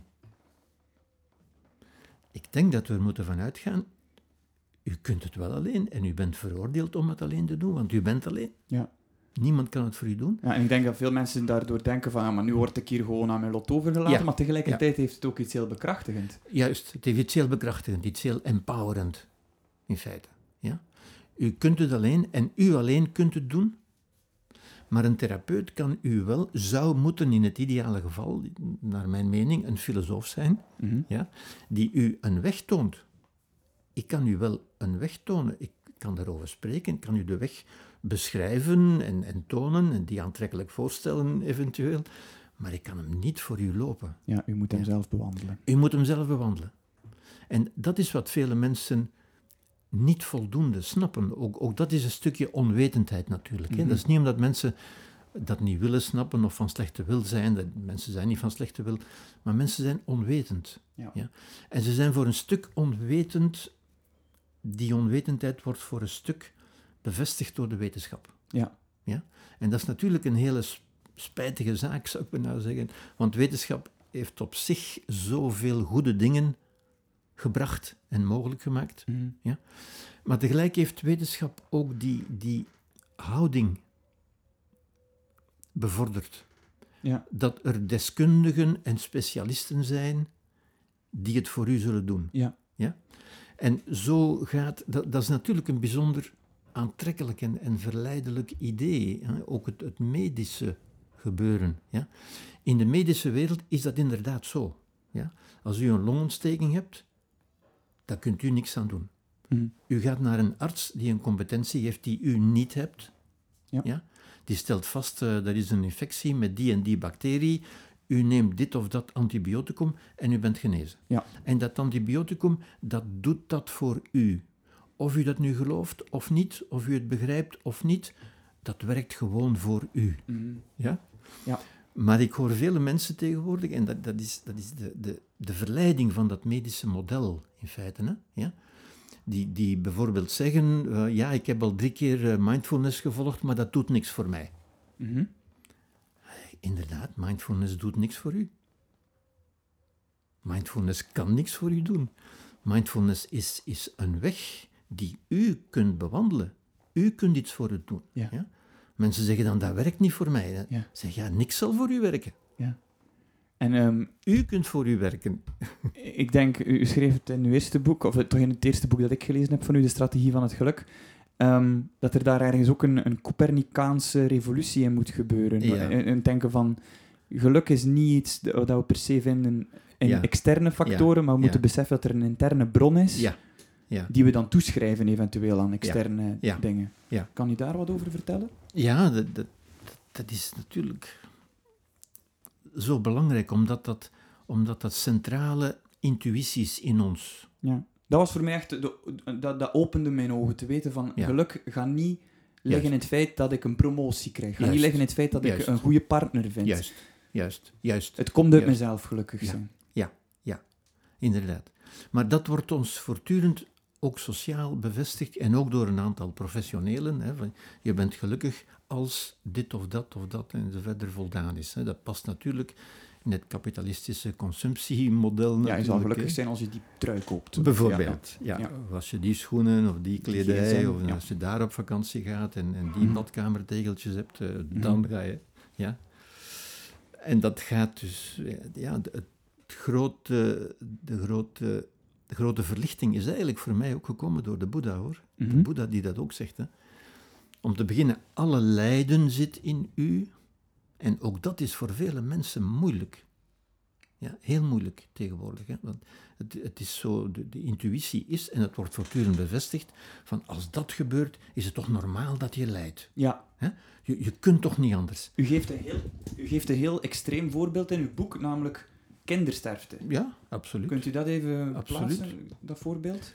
Ik denk dat we er moeten van uitgaan, u kunt het wel alleen en u bent veroordeeld om het alleen te doen, want u bent alleen. Ja. Niemand kan het voor u doen. Ja, en ik denk dat veel mensen daardoor denken van, maar nu word ik hier gewoon aan mijn lot overgelaten, Ja. maar tegelijkertijd heeft het ook iets heel bekrachtigend. Juist, het heeft iets heel bekrachtigend, iets heel empowerend, in feite. Ja? U kunt het alleen en u alleen kunt het doen, maar een therapeut kan u wel, zou moeten in het ideale geval, naar mijn mening, een filosoof zijn, ja, die u een weg toont. Ik kan u wel een weg tonen, ik kan daarover spreken, ik kan u de weg beschrijven en tonen en die aantrekkelijk voorstellen eventueel, maar ik kan hem niet voor u lopen. Ja, u moet hem zelf bewandelen. U moet hem zelf bewandelen. En dat is wat vele mensen niet voldoende snappen. Ook dat is een stukje onwetendheid natuurlijk. Hè? Dat is niet omdat mensen dat niet willen snappen of van slechte wil zijn. Mensen zijn niet van slechte wil, maar mensen zijn onwetend. Ja. Ja? En ze zijn voor een stuk onwetend. Die onwetendheid wordt voor een stuk bevestigd door de wetenschap. Ja. Ja? En dat is natuurlijk een hele spijtige zaak, zou ik bijna zeggen. Want wetenschap heeft op zich zoveel goede dingen gebracht en mogelijk gemaakt. Ja? Maar tegelijk heeft wetenschap ook die houding bevorderd. Ja. Dat er deskundigen en specialisten zijn die het voor u zullen doen. Ja. Ja? En zo gaat... Dat is natuurlijk een bijzonder aantrekkelijk en verleidelijk idee. Hè? Ook het medische gebeuren. Ja? In de medische wereld is dat inderdaad zo. Ja? Als u een longontsteking hebt, daar kunt u niks aan doen. U gaat naar een arts die een competentie heeft die u niet hebt. Ja. Ja? Die stelt vast, dat is een infectie met die en die bacterie. U neemt dit of dat antibioticum en u bent genezen. Ja. En dat antibioticum, dat doet dat voor u. Of u dat nu gelooft of niet, of u het begrijpt of niet, dat werkt gewoon voor u. Ja? Ja. Maar ik hoor vele mensen tegenwoordig, en dat is de verleiding van dat medische model in feite, hè? Ja? Die bijvoorbeeld zeggen, ja, ik heb al 3 keer mindfulness gevolgd, maar dat doet niks voor mij. Inderdaad, mindfulness doet niks voor u. Mindfulness kan niks voor u doen. Mindfulness is een weg die u kunt bewandelen. U kunt iets voor het doen. Ja. Ja? Mensen zeggen dan, dat werkt niet voor mij. Ja. Zeg, ja, niks zal voor u werken. Ja. En U kunt voor u werken. ik denk, u schreef het in uw eerste boek, of toch in het eerste boek dat ik gelezen heb van u, De Strategie van het Geluk, dat er daar ergens ook een Copernicaanse revolutie in moet gebeuren. Ja. Een denken van, geluk is niet iets dat we per se vinden in externe factoren, maar we moeten beseffen dat er een interne bron is, die we dan toeschrijven eventueel aan externe dingen. Ja. Kan u daar wat over vertellen? Ja, dat is natuurlijk zo belangrijk, omdat dat centrale intuïties in ons... Ja. Dat was voor mij echt, dat opende mijn ogen, te weten van, geluk gaat niet liggen in het feit dat ik een promotie krijg. Gaat niet liggen in het feit dat ik een goede partner vind. Juist. Het komt uit mezelf gelukkig zijn. Ja, inderdaad. Maar dat wordt ons voortdurend ook sociaal bevestigd en ook door een aantal professionelen. Hè, van, je bent gelukkig als dit of dat en zo verder voldaan is. Hè. Dat past natuurlijk in het kapitalistische consumptiemodel. Ja, je zal gelukkig zijn als je die trui koopt. Bijvoorbeeld, of als je die schoenen of die kledij, of als je daar op vakantie gaat en die badkamertegeltjes hebt, dan ga je. Ja. En dat gaat dus, de grote verlichting is eigenlijk voor mij ook gekomen door de Boeddha, hoor. De Boeddha die dat ook zegt, hè. Om te beginnen, alle lijden zit in u. En ook dat is voor vele mensen moeilijk. Ja, heel moeilijk tegenwoordig. Hè? Want het is zo, de intuïtie is, en het wordt voortdurend bevestigd, van als dat gebeurt, is het toch normaal dat je lijdt. Ja. Hè? Je kunt toch niet anders. U geeft een heel extreem voorbeeld in uw boek, namelijk kindersterfte. Ja, absoluut. Kunt u dat even Absoluut. plaatsen, dat voorbeeld?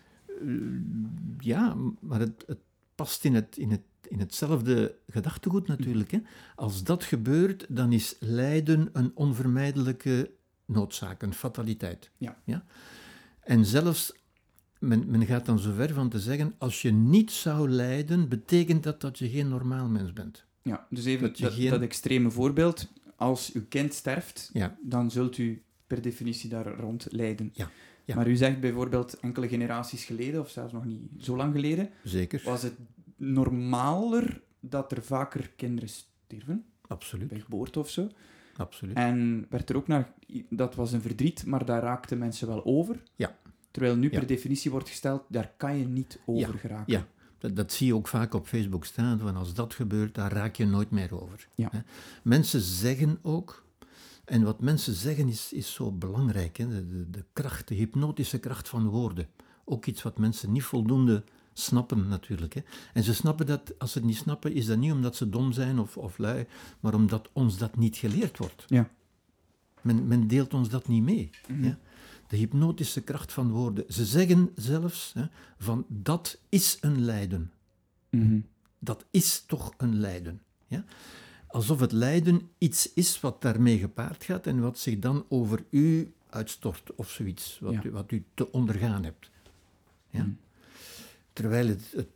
Ja, maar het past in hetzelfde gedachtegoed natuurlijk. Hè. Als dat gebeurt, dan is lijden een onvermijdelijke noodzaak, een fataliteit. Ja. En zelfs, men gaat dan zo ver van te zeggen, als je niet zou lijden, betekent dat je geen normaal mens bent. Ja, dus even Dat dat extreme voorbeeld. Als uw kind sterft, Ja. dan zult u per definitie daar rond lijden. Ja. Ja. Maar u zegt bijvoorbeeld enkele generaties geleden, of zelfs nog niet zo lang geleden, Zeker. was het normaler dat er vaker kinderen sterven, Absoluut. bij geboorte of zo. Absoluut. En werd er ook naar, dat was een verdriet, maar daar raakten mensen wel over. Ja. Terwijl nu Ja. per definitie wordt gesteld, daar kan je niet over geraken. Ja, dat zie je ook vaak op Facebook staan, van als dat gebeurt, daar raak je nooit meer over. Ja. Hè. Mensen zeggen ook, en wat mensen zeggen is zo belangrijk, hè, de kracht, de hypnotische kracht van woorden. Ook iets wat mensen niet voldoende snappen natuurlijk. Hè. En ze snappen dat, als ze het niet snappen, is dat niet omdat ze dom zijn of lui, maar omdat ons dat niet geleerd wordt. Ja. Men deelt ons dat niet mee. Mhm. Ja. De hypnotische kracht van woorden. Ze zeggen zelfs van dat is een lijden. Mhm. Dat is toch een lijden. Ja? Alsof het lijden iets is wat daarmee gepaard gaat en wat zich dan over u uitstort of zoiets, wat u te ondergaan hebt. Ja? Mhm. Terwijl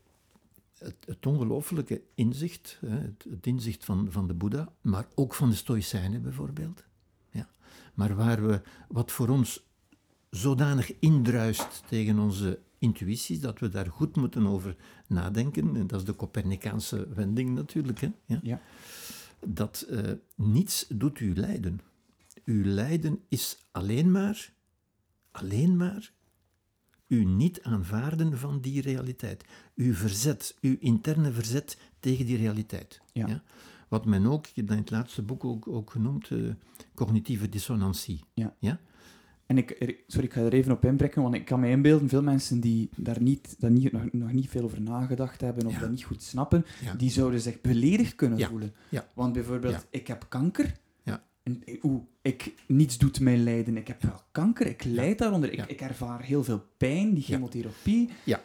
het ongelooflijke inzicht, het inzicht van de Boeddha, maar ook van de Stoïcijnen bijvoorbeeld, ja, maar wat voor ons zodanig indruist tegen onze intuïties, dat we daar goed moeten over nadenken, en dat is de Copernicaanse wending natuurlijk, hè, ja, Ja. dat niets doet u lijden. Uw lijden is alleen maar u niet aanvaarden van die realiteit. Uw verzet, uw interne verzet tegen die realiteit. Ja. Ja? Wat men ook, ik heb dat in het laatste boek ook genoemd, cognitieve dissonantie. Ja. Ja? En ik ga er even op inbreken, want ik kan me inbeelden, veel mensen die daar nog niet veel over nagedacht hebben of Ja. dat niet goed snappen, Ja. die zouden zich beledigd kunnen Ja. voelen. Ja. Want bijvoorbeeld, Ja. ik heb kanker, Ja. en niets doet mij lijden. Ik heb wel kanker, ik lijd daaronder, Ja. ik ervaar heel veel pijn, die Ja. chemotherapie.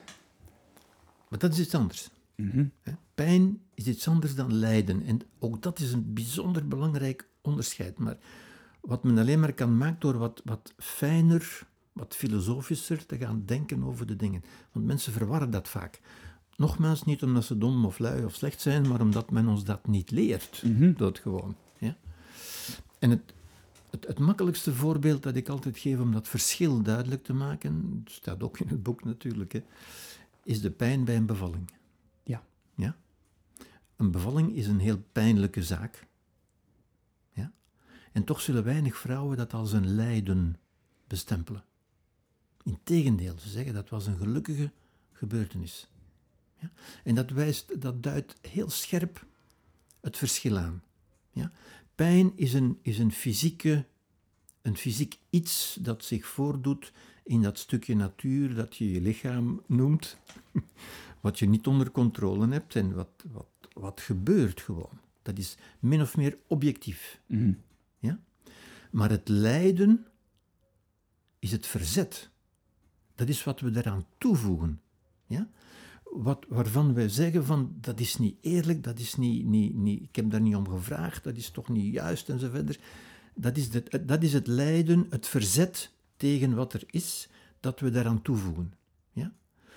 Maar dat is iets anders. Mhm. Hè. Pijn is iets anders dan lijden. En ook dat is een bijzonder belangrijk onderscheid. Maar wat men alleen maar kan maken door wat fijner, wat filosofischer te gaan denken over de dingen. Want mensen verwarren dat vaak. Nogmaals, niet omdat ze dom of lui of slecht zijn, maar omdat men ons dat niet leert. Mhm. Doodgewoon. Ja? En het makkelijkste voorbeeld dat ik altijd geef om dat verschil duidelijk te maken, het staat ook in het boek natuurlijk, hè, is de pijn bij een bevalling. Ja. Ja? Een bevalling is een heel pijnlijke zaak. Ja? En toch zullen weinig vrouwen dat als een lijden bestempelen. Integendeel, ze zeggen dat was een gelukkige gebeurtenis. Ja? En dat duidt heel scherp het verschil aan. Ja? Pijn is een fysiek iets dat zich voordoet in dat stukje natuur dat je lichaam noemt, wat je niet onder controle hebt en wat gebeurt gewoon. Dat is min of meer objectief. Mhm. Ja? Maar het lijden is het verzet. Dat is wat we daaraan toevoegen. Ja? Waarvan wij zeggen van, dat is niet eerlijk, dat is niet, ik heb daar niet om gevraagd, dat is toch niet juist en zo verder. Dat is het lijden, het verzet tegen wat er is, dat we daaraan toevoegen. Ja?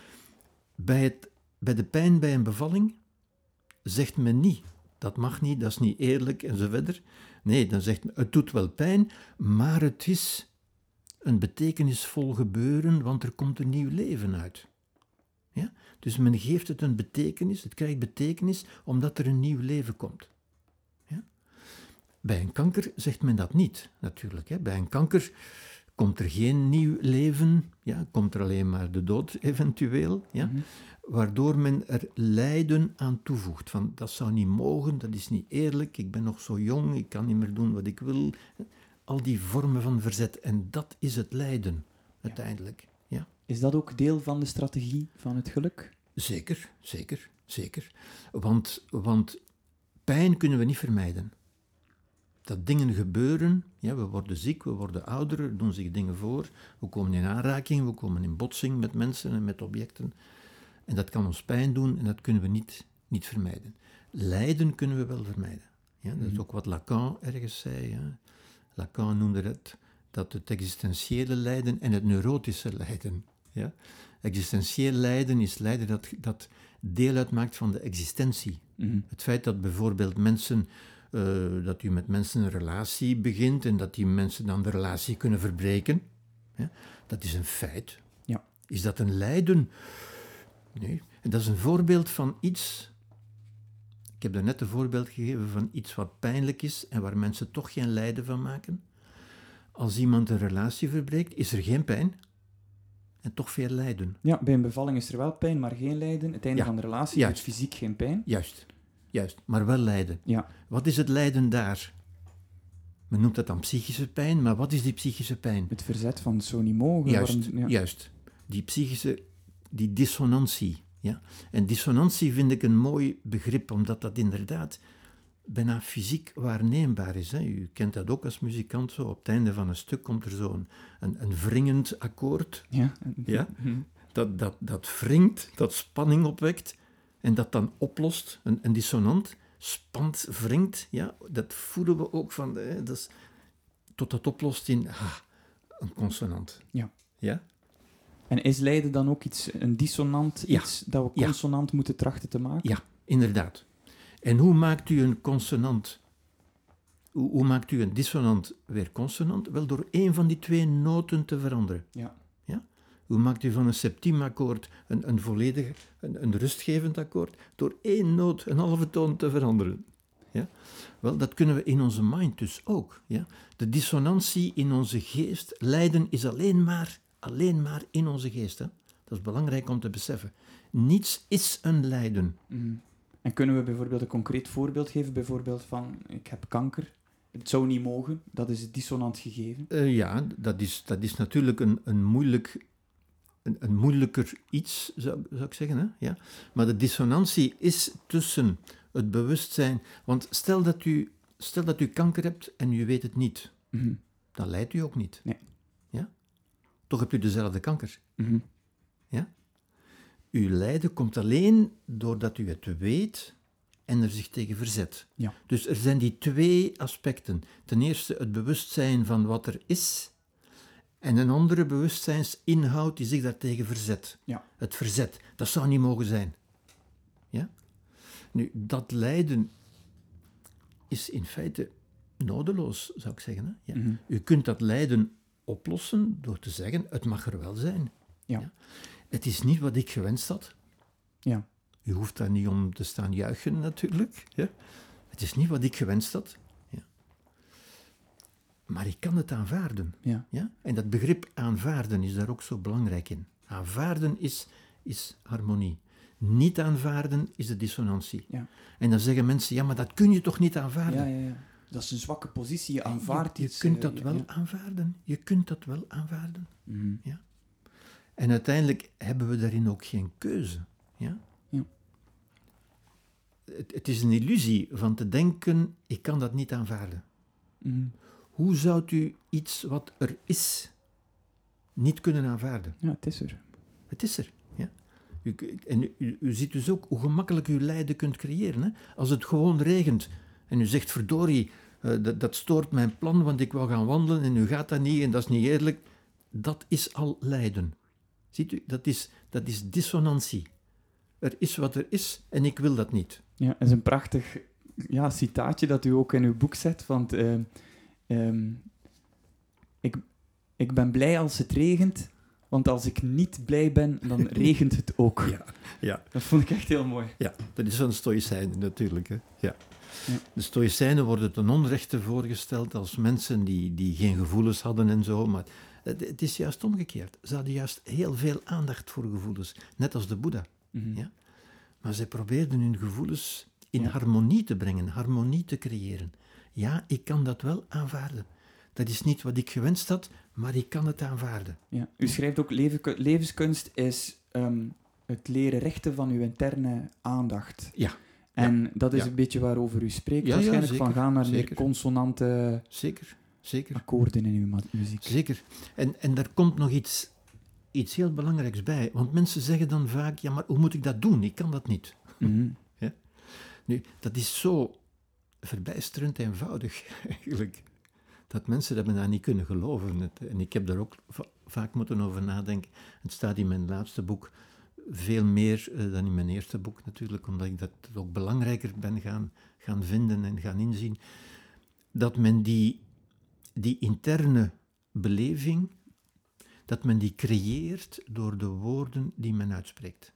Bij de pijn bij een bevalling zegt men niet, dat mag niet, dat is niet eerlijk en zo verder. Nee, dan zegt men, het doet wel pijn, maar het is een betekenisvol gebeuren, want er komt een nieuw leven uit. Ja? Dus men geeft het een betekenis, het krijgt betekenis omdat er een nieuw leven komt. Ja? Bij een kanker zegt men dat niet, natuurlijk. Hè? Bij een kanker komt er geen nieuw leven, ja? Komt er alleen maar de dood eventueel, ja? Mhm. Waardoor men er lijden aan toevoegt. Van, dat zou niet mogen, dat is niet eerlijk, ik ben nog zo jong, ik kan niet meer doen wat ik wil. al die vormen van verzet. En dat is het lijden, uiteindelijk. Ja. Is dat ook deel van de strategie van het geluk? Zeker. Want pijn kunnen we niet vermijden. Dat dingen gebeuren, ja, we worden ziek, we worden ouder, er doen zich dingen voor, we komen in aanraking, we komen in botsing met mensen en met objecten. En dat kan ons pijn doen en dat kunnen we niet vermijden. Lijden kunnen we wel vermijden. Ja, dat is ook wat Lacan ergens zei. Ja. Lacan noemde dat het existentiële lijden en het neurotische lijden. Ja. Existentieel lijden is lijden dat deel uitmaakt van de existentie. Het feit dat bijvoorbeeld dat u met mensen een relatie begint en dat die mensen dan de relatie kunnen verbreken, ja, dat is een feit. Ja. Is dat een lijden? Nee. En dat is een voorbeeld van iets. Ik heb daarnet een voorbeeld gegeven van iets wat pijnlijk is en waar mensen toch geen lijden van maken. Als iemand een relatie verbreekt, is er geen pijn en toch veel lijden. Ja, bij een bevalling is er wel pijn, maar geen lijden. Het einde van de relatie, dus fysiek geen pijn. Juist, maar wel lijden. Ja. Wat is het lijden daar? Men noemt dat dan psychische pijn, maar wat is die psychische pijn? Het verzet van zo niet mogen. Juist. Die psychische, die dissonantie. Ja? En dissonantie vind ik een mooi begrip, omdat dat inderdaad bijna fysiek waarneembaar is. Hè? U kent dat ook als muzikant zo. Op het einde van een stuk komt er zo een wringend akkoord. Ja. Ja? Dat wringt, dat spanning opwekt en dat dan oplost. Een dissonant spant, wringt. Ja? Dat voelen we ook van... tot dat oplost in een consonant. Ja. Ja? En is lijden dan ook een dissonant iets dat we consonant moeten trachten te maken? Ja, inderdaad. En hoe maakt u een consonant? Hoe maakt u een dissonant weer consonant? Wel door één van die twee noten te veranderen. Ja. Ja? Hoe maakt u van een septiemakkoord een volledig, een rustgevend akkoord? Door één noot, een halve toon te veranderen. Ja? Wel, dat kunnen we in onze mind dus ook. Ja? De dissonantie in onze geest, lijden is alleen maar in onze geest. Hè? Dat is belangrijk om te beseffen. Niets is een lijden. En kunnen we bijvoorbeeld een concreet voorbeeld geven? Bijvoorbeeld van, ik heb kanker. Het zou niet mogen. Dat is het dissonant gegeven. Ja, dat is natuurlijk een moeilijker iets, zou ik zeggen. Hè? Ja? Maar de dissonantie is tussen het bewustzijn... Want stel dat u kanker hebt en u weet het niet. Dan lijdt u ook niet. Nee. Ja? Toch hebt u dezelfde kanker. Ja? Uw lijden komt alleen doordat u het weet en er zich tegen verzet. Ja. Dus er zijn die twee aspecten. Ten eerste het bewustzijn van wat er is en een andere bewustzijnsinhoud die zich daartegen verzet. Ja. Het verzet, dat zou niet mogen zijn. Ja? Nu, dat lijden is in feite nodeloos, zou ik zeggen. Hè? Ja. U kunt dat lijden oplossen door te zeggen, het mag er wel zijn. Ja. Ja? Het is niet wat ik gewenst had. Ja. U hoeft daar niet om te staan juichen, natuurlijk. Ja? Het is niet wat ik gewenst had. Ja? Maar ik kan het aanvaarden. Ja. Ja? En dat begrip aanvaarden is daar ook zo belangrijk in. Aanvaarden is harmonie. Niet aanvaarden is de dissonantie. Ja. En dan zeggen mensen, ja, maar dat kun je toch niet aanvaarden? Ja. Dat is een zwakke positie. Je aanvaardt Je iets. kunt dat wel aanvaarden. Je kunt dat wel aanvaarden. Mhm. Ja? En uiteindelijk hebben we daarin ook geen keuze. Ja? Ja. Het is een illusie van te denken, ik kan dat niet aanvaarden. Hoe zou u iets wat er is, niet kunnen aanvaarden? Ja, het is er. Het is er. Ja? U ziet dus ook hoe gemakkelijk u lijden kunt creëren. Hè? Als het gewoon regent en u zegt, verdorie, dat stoort mijn plan, want ik wou gaan wandelen en u gaat dat niet en dat is niet eerlijk. Dat is al lijden. Ziet u, dat is dissonantie. Er is wat er is en ik wil dat niet. Ja, dat is een prachtig citaatje dat u ook in uw boek zet. Want ik ben blij als het regent, want als ik niet blij ben, dan regent het ook. Ja. Dat vond ik echt heel mooi. Ja, dat is van de Stoïcijnen natuurlijk. Hè? Ja. Ja. De Stoïcijnen worden ten onrechte voorgesteld als mensen die geen gevoelens hadden en zo, maar het is juist omgekeerd. Ze hadden juist heel veel aandacht voor gevoelens, net als de Boeddha. Ja? Maar zij probeerden hun gevoelens in harmonie te brengen, harmonie te creëren. Ja, ik kan dat wel aanvaarden. dat is niet wat ik gewenst had, maar ik kan het aanvaarden. Ja. U schrijft ook, levenskunst is het leren richten van uw interne aandacht. Ja. En dat is een beetje waarover u spreekt, waarschijnlijk, zeker, van gaan naar meer zeker. consonante Zeker. akkoorden in uw muziek. Zeker. En daar komt nog iets heel belangrijks bij. Want mensen zeggen dan vaak, ja, maar hoe moet ik dat doen? Ik kan dat niet. Mhm. Ja? Nu, dat is zo verbijsterend eenvoudig, eigenlijk. Dat mensen dat bijna niet kunnen geloven. En ik heb daar ook vaak moeten over nadenken. Het staat in mijn laatste boek veel meer dan in mijn eerste boek natuurlijk, omdat ik dat ook belangrijker ben gaan vinden en gaan inzien. Dat men die interne beleving, dat men die creëert door de woorden die men uitspreekt.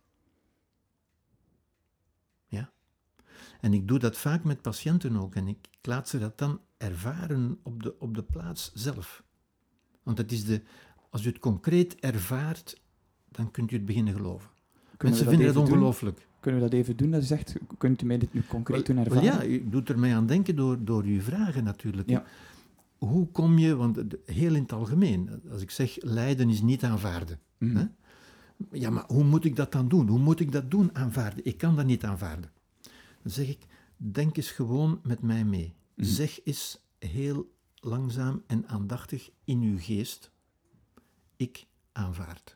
Ja? En ik doe dat vaak met patiënten ook, en ik laat ze dat dan ervaren op de plaats zelf. Want het is als u het concreet ervaart, dan kunt u het beginnen geloven. Mensen vinden het ongelooflijk. Kunnen we dat even doen? Dat is echt, kunt u mij dit nu concreet doen ervaren? Ja, u doet er mij aan denken door uw vragen natuurlijk. Ja. Hoe kom je, want heel in het algemeen, als ik zeg lijden is niet aanvaarden. Mhm. Hè? Ja, maar hoe moet ik dat dan doen? Hoe moet ik dat doen aanvaarden? Ik kan dat niet aanvaarden. Dan zeg ik, denk eens gewoon met mij mee. Mhm. Zeg eens heel langzaam en aandachtig in uw geest, ik aanvaard.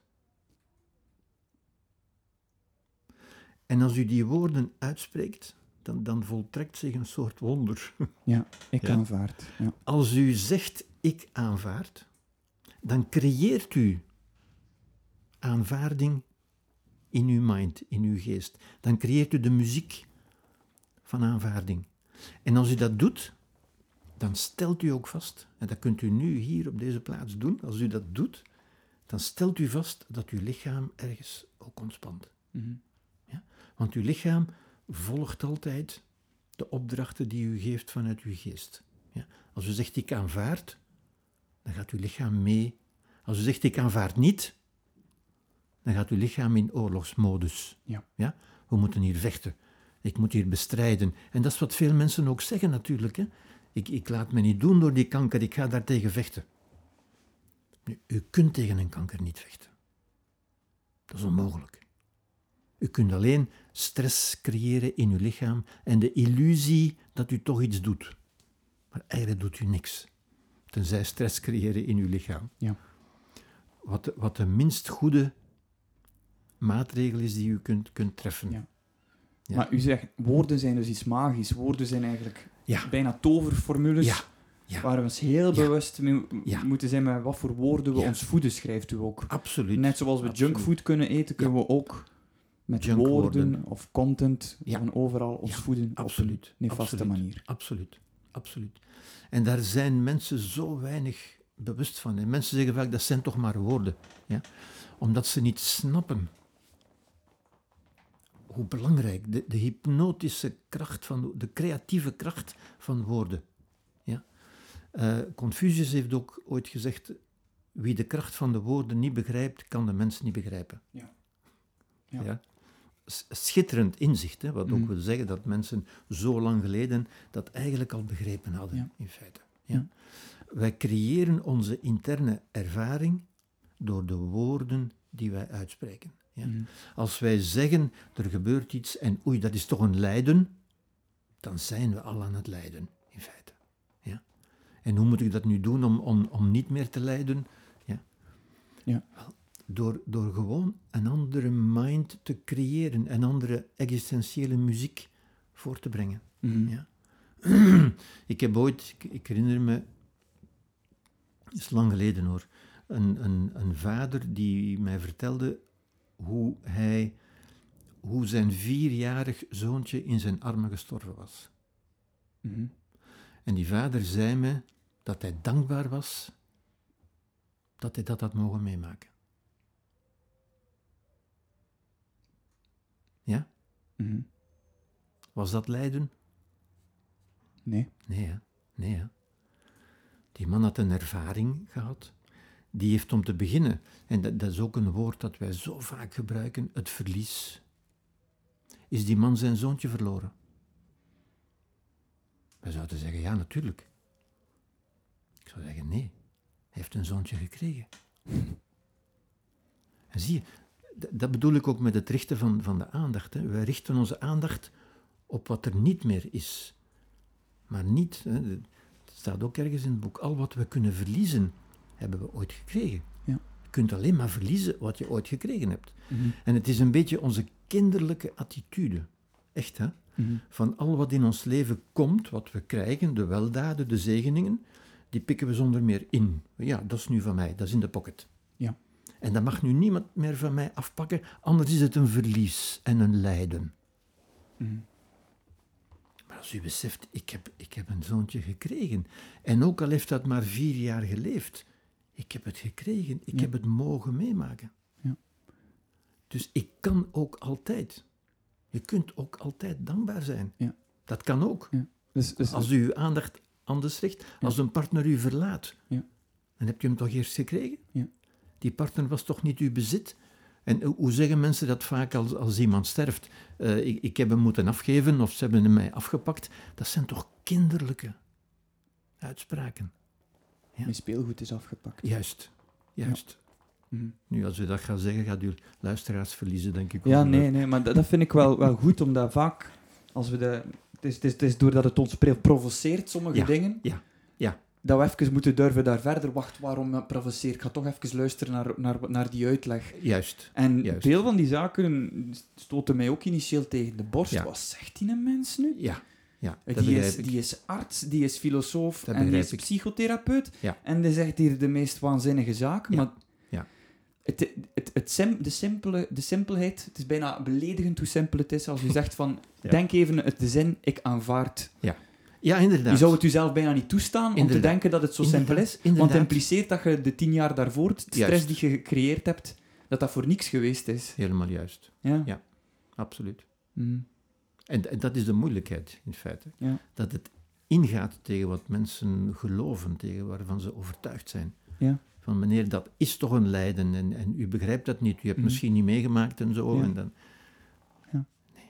En als u die woorden uitspreekt, dan voltrekt zich een soort wonder. Ja, ik aanvaard. Ja. Als u zegt, ik aanvaard, dan creëert u aanvaarding in uw mind, in uw geest. Dan creëert u de muziek van aanvaarding. En als u dat doet, dan stelt u ook vast, en dat kunt u nu hier op deze plaats doen, als u dat doet, dan stelt u vast dat uw lichaam ergens ook ontspant. Mhm. Ja? Want uw lichaam volgt altijd de opdrachten die u geeft vanuit uw geest. Ja? Als u zegt, ik aanvaard, dan gaat uw lichaam mee. Als u zegt, ik aanvaard niet, dan gaat uw lichaam in oorlogsmodus. Ja. Ja? We moeten hier vechten. Ik moet hier bestrijden. En dat is wat veel mensen ook zeggen natuurlijk. Hè? Ik laat me niet doen door die kanker, ik ga daartegen vechten. Nu, u kunt tegen een kanker niet vechten. Dat is onmogelijk. U kunt alleen stress creëren in uw lichaam en de illusie dat u toch iets doet. Maar eigenlijk doet u niks. Tenzij stress creëren in uw lichaam. Ja. Wat de minst goede maatregel is die u kunt treffen. Ja. Ja. Maar u zegt, woorden zijn dus iets magisch. Woorden zijn eigenlijk Ja. bijna toverformules. Ja. Ja. Waar we ons heel bewust mee Ja. moeten zijn met wat voor woorden we Ja. ons voeden, schrijft u ook. Absoluut. Net zoals we Absoluut. junkfood kunnen eten, kunnen we ook met Junkwoorden. woorden of content Ja. van overal ons Ja, voeden absoluut. op een nefaste Absoluut. manier. Absoluut. Absoluut. En daar zijn mensen zo weinig bewust van. En mensen zeggen vaak, dat zijn toch maar woorden. Ja? Omdat ze niet snappen hoe belangrijk de hypnotische kracht, de creatieve kracht van woorden. Ja? Confucius heeft ook ooit gezegd, wie de kracht van de woorden niet begrijpt, kan de mens niet begrijpen. Ja. Ja? Schitterend inzicht, hè? Wat ook wil zeggen dat mensen zo lang geleden dat eigenlijk al begrepen hadden, in feite. Ja? Wij creëren onze interne ervaring door de woorden die wij uitspreken. Ja? Als wij zeggen, er gebeurt iets en oei, dat is toch een lijden, dan zijn we al aan het lijden, in feite. Ja? En hoe moet ik dat nu doen om niet meer te lijden? Ja? Ja. Wel, door gewoon een andere mind te creëren, een andere existentiële muziek voor te brengen. Mhm. Ja? Ik heb ooit, ik herinner me, het is lang geleden hoor, een vader die mij vertelde hoe zijn 4-jarig zoontje in zijn armen gestorven was. Mhm. En die vader zei me dat hij dankbaar was dat hij dat had mogen meemaken. Ja? Mhm. Was dat lijden? Nee. Nee, hè? Nee, hè? Die man had een ervaring gehad. Die heeft om te beginnen, en dat is ook een woord dat wij zo vaak gebruiken, het verlies. Is die man zijn zoontje verloren? Wij zouden zeggen, ja, natuurlijk. Ik zou zeggen, nee, hij heeft een zoontje gekregen. En zie je, dat bedoel ik ook met het richten van de aandacht. Hè. Wij richten onze aandacht op wat er niet meer is. Maar niet, hè, het staat ook ergens in het boek, al wat we kunnen verliezen, hebben we ooit gekregen. Ja. Je kunt alleen maar verliezen wat je ooit gekregen hebt. Mhm. En het is een beetje onze kinderlijke attitude. Echt, hè? Mhm. Van al wat in ons leven komt, wat we krijgen, de weldaden, de zegeningen, die pikken we zonder meer in. Ja, dat is nu van mij, dat is in de pocket. Ja. En dat mag nu niemand meer van mij afpakken, anders is het een verlies en een lijden. Mhm. Maar als u beseft, ik heb een zoontje gekregen. En ook al heeft dat maar 4 jaar geleefd, ik heb het gekregen, ik heb het mogen meemaken. Ja. Dus ik kan ook altijd. Je kunt ook altijd dankbaar zijn. Ja. Dat kan ook. Ja. Dus Als u uw aandacht anders richt, als een partner u verlaat, Ja. dan heb je hem toch eerst gekregen? Ja. Die partner was toch niet uw bezit? En hoe zeggen mensen dat vaak als iemand sterft? Ik heb hem moeten afgeven of ze hebben hem mij afgepakt. Dat zijn toch kinderlijke uitspraken? Ja. mijn speelgoed is afgepakt. Juist. Mhm. Nu, als u dat gaat zeggen, gaat u luisteraars verliezen, denk ik. Ja, nee, maar dat vind ik wel goed, omdat vaak, als we het is doordat het ons provoceert, sommige dingen, Ja. dat we even moeten durven daar verder. Wacht, waarom provoceert? Ik ga toch even luisteren naar die uitleg. Juist. En Juist. veel van die zaken stoten mij ook initieel tegen de borst. Ja. Wat zegt die een mens nu? Ja, dat Die begrijp ik. is arts, die is filosoof Dat en die begrijp is ik. psychotherapeut. Ja. En die zegt hier de meest waanzinnige zaken. Ja. Maar Ja. de simpelheid, het is bijna beledigend hoe simpel het is als u zegt van, Ja. denk even de zin, ik aanvaard. Ja, inderdaad. Je zou het jezelf bijna niet toestaan om te Inderdaad. denken dat het zo Inderdaad. simpel is. Want Inderdaad. het impliceert dat je de 10 jaar daarvoor, de stress Juist. die je gecreëerd hebt, dat voor niks geweest is. Helemaal juist. Ja. Ja. Absoluut. Mhm. En dat is de moeilijkheid, in feite. Ja. Dat het ingaat tegen wat mensen geloven, tegen waarvan ze overtuigd zijn. Ja. Van meneer, dat is toch een lijden en u begrijpt dat niet, u hebt misschien niet meegemaakt en zo. Ja. En dan... Ja. Nee.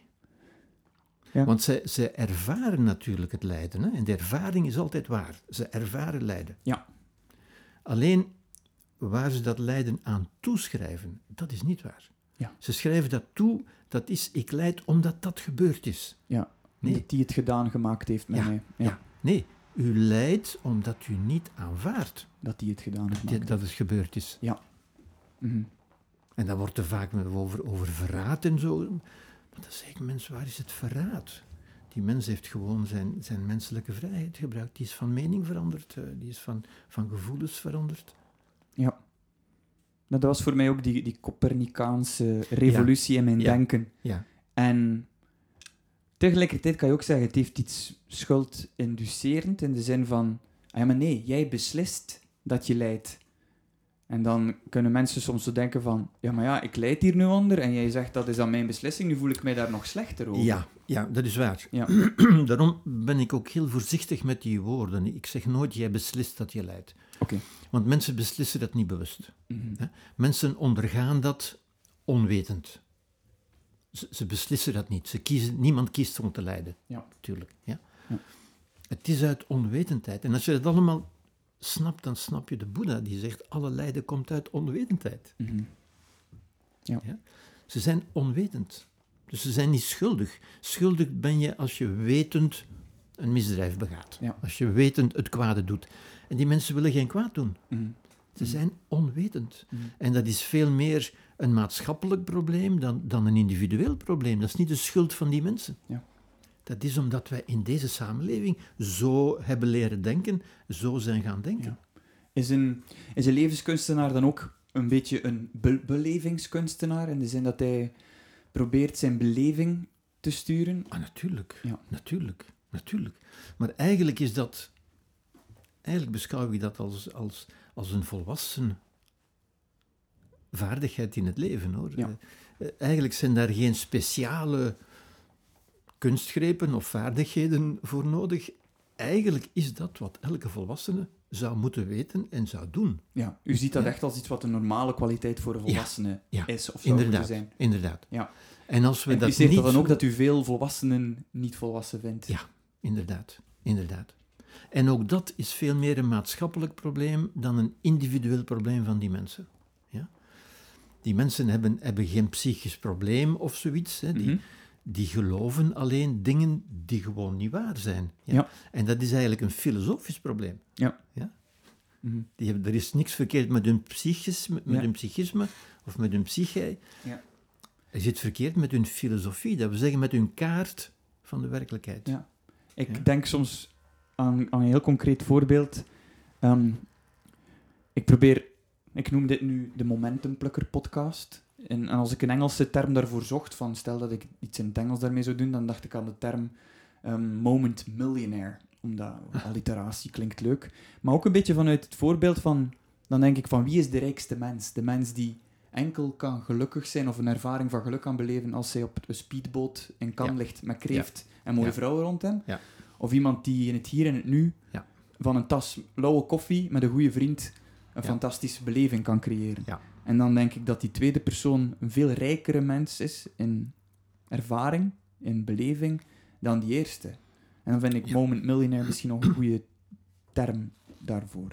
Ja. Want ze ervaren natuurlijk het lijden. Hè? En de ervaring is altijd waar. Ze ervaren lijden. Ja. Alleen waar ze dat lijden aan toeschrijven, dat is niet waar. Ja. Ze schrijven dat toe, dat is ik lijd omdat dat gebeurd is. Ja. Nee. Dat die het gedaan gemaakt heeft met mij. Ja. Nee, u lijdt omdat u niet aanvaardt Dat die het gedaan heeft. dat het gebeurd is. Mhm. En dan wordt er vaak over verraad en zo. Maar dan zeg ik, mens, waar is het verraad? Die mens heeft gewoon zijn menselijke vrijheid gebruikt. Die is van mening veranderd. Die is van gevoelens veranderd. Ja. Nou, dat was voor mij ook die Copernicaanse revolutie in mijn Ja. denken. Ja. En tegelijkertijd kan je ook zeggen, het heeft iets schuldinducerend in de zin van, ah ja, maar nee, jij beslist dat je lijdt. En dan kunnen mensen soms zo denken van, ja, maar ja, ik lijd hier nu onder en jij zegt dat is dan mijn beslissing, nu voel ik mij daar nog slechter over. Ja, dat is waar. Ja. Daarom ben ik ook heel voorzichtig met die woorden. Ik zeg nooit, jij beslist dat je lijdt. Oké. Want mensen beslissen dat niet bewust. Mhm. Hè? Mensen ondergaan dat onwetend. Ze beslissen dat niet. Niemand kiest om te lijden. Ja. Tuurlijk. Ja? Ja. Het is uit onwetendheid. En als je dat allemaal snapt, dan snap je de Boeddha die zegt, alle lijden komt uit onwetendheid. Mhm. Ja. Ja? Ze zijn onwetend. Dus ze zijn niet schuldig. Schuldig ben je als je wetend een misdrijf begaat. Ja. Als je wetend het kwade doet. En die mensen willen geen kwaad doen. Mhm. Ze zijn onwetend. Mhm. En dat is veel meer een maatschappelijk probleem dan een individueel probleem. Dat is niet de schuld van die mensen. Ja. Dat is omdat wij in deze samenleving zo hebben leren denken, zo zijn gaan denken. Ja. Is een levenskunstenaar dan ook een beetje een belevingskunstenaar, in de zin dat hij probeert zijn beleving te sturen? Ah, natuurlijk. Ja. Natuurlijk. Maar eigenlijk is dat... Eigenlijk beschouw ik dat als een volwassen vaardigheid in het leven, hoor. Ja. Eigenlijk zijn daar geen speciale kunstgrepen of vaardigheden voor nodig. Eigenlijk is dat wat elke volwassene zou moeten weten en zou doen. Ja, u ziet dat Ja. echt als iets wat een normale kwaliteit voor een volwassene Ja. is, of zou moeten Inderdaad, zijn. inderdaad. Ja. En als we dat Impliceert niet... dat dan ook zo- dat u veel volwassenen niet volwassen vindt? Ja, inderdaad. En ook dat is veel meer een maatschappelijk probleem dan een individueel probleem van die mensen. Ja? Die mensen hebben geen psychisch probleem of zoiets. Hè. Die geloven alleen dingen die gewoon niet waar zijn. Ja? Ja. En dat is eigenlijk een filosofisch probleem. Ja. Ja? Er is niks verkeerd met hun hun psychisme of met hun psyche. Ja. Er zit verkeerd met hun filosofie, dat we zeggen met hun kaart van de werkelijkheid. Ja. Ik denk soms aan een heel concreet voorbeeld. Ik noem dit nu de Momentumplukker podcast. En als ik een Engelse term daarvoor zocht, van stel dat ik iets in het Engels daarmee zou doen, dan dacht ik aan de term moment millionaire. Omdat alliteratie klinkt leuk. Maar ook een beetje vanuit het voorbeeld van, dan denk ik van wie is de rijkste mens? De mens die enkel kan gelukkig zijn of een ervaring van geluk kan beleven als hij op een speedboot in Cannes ligt met kreeft en mooie vrouwen rond hem. Ja. Of iemand die in het hier en het nu van een tas lauwe koffie met een goede vriend een fantastische beleving kan creëren. Ja. En dan denk ik dat die tweede persoon een veel rijkere mens is in ervaring, in beleving, dan die eerste. En dan vind ik moment millionaire misschien nog een goede term daarvoor.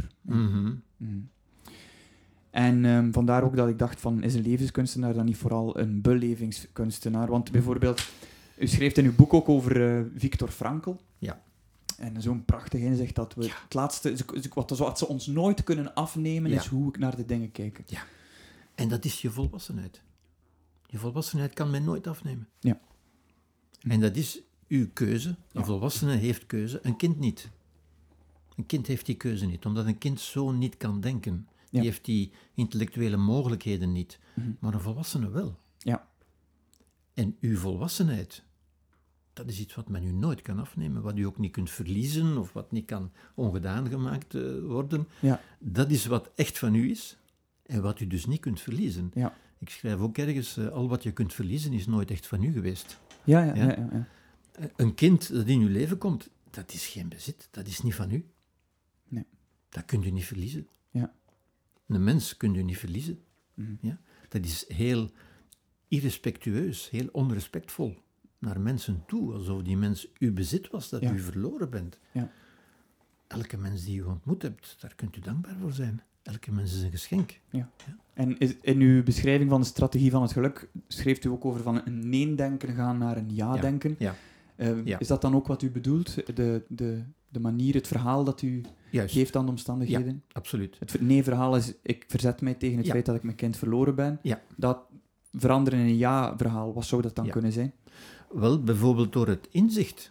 En vandaar ook dat ik dacht van, is een levenskunstenaar dan niet vooral een belevingskunstenaar? Want bijvoorbeeld, u schreef in uw boek ook over Viktor Frankl. Ja. En zo'n prachtig inzicht dat we het laatste, wat ze ons nooit kunnen afnemen, is hoe ik naar de dingen kijk. Ja. En dat is je volwassenheid. Je volwassenheid kan men nooit afnemen. Ja. En dat is uw keuze. Een volwassene heeft keuze, een kind niet. Een kind heeft die keuze niet, omdat een kind zo niet kan denken. Die heeft die intellectuele mogelijkheden niet. Maar een volwassene wel. Ja. En uw volwassenheid, dat is iets wat men u nooit kan afnemen, wat u ook niet kunt verliezen, of wat niet kan ongedaan gemaakt worden. Ja. Dat is wat echt van u is, en wat u dus niet kunt verliezen. Ja. Ik schrijf ook ergens, al wat je kunt verliezen is nooit echt van u geweest. Ja. Een kind dat in uw leven komt, dat is geen bezit, dat is niet van u. Nee. Dat kunt u niet verliezen. Ja. Een mens kunt u niet verliezen. Ja? Dat is heel irrespectueus, heel onrespectvol naar mensen toe, alsof die mens uw bezit was, dat u verloren bent. Ja. Elke mens die u ontmoet hebt, daar kunt u dankbaar voor zijn. Elke mens is een geschenk. Ja. En in uw beschrijving van de strategie van het geluk schreef u ook over van een nee-denken gaan naar een ja-denken. Ja. Is dat dan ook wat u bedoelt? De manier, het verhaal dat u geeft aan de omstandigheden? Ja, absoluut. Het nee-verhaal is, ik verzet mij tegen het feit dat ik mijn kind verloren ben. Ja. Dat veranderen in een ja-verhaal, wat zou dat dan kunnen zijn? Wel, bijvoorbeeld door het inzicht.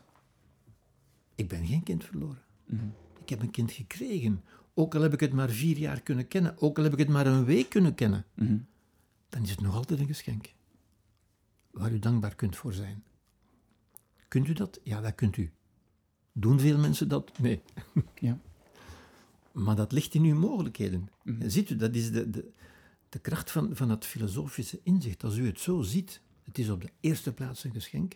Ik ben geen kind verloren. Ik heb een kind gekregen. Ook al heb ik het maar 4 jaar kunnen kennen, ook al heb ik het maar een week kunnen kennen, dan is het nog altijd een geschenk. Waar u dankbaar kunt voor zijn. Kunt u dat? Ja, dat kunt u. Doen veel mensen dat? Nee. Ja. Maar dat ligt in uw mogelijkheden. Ziet u, dat is de kracht van het filosofische inzicht. Als u het zo ziet, het is op de eerste plaats een geschenk.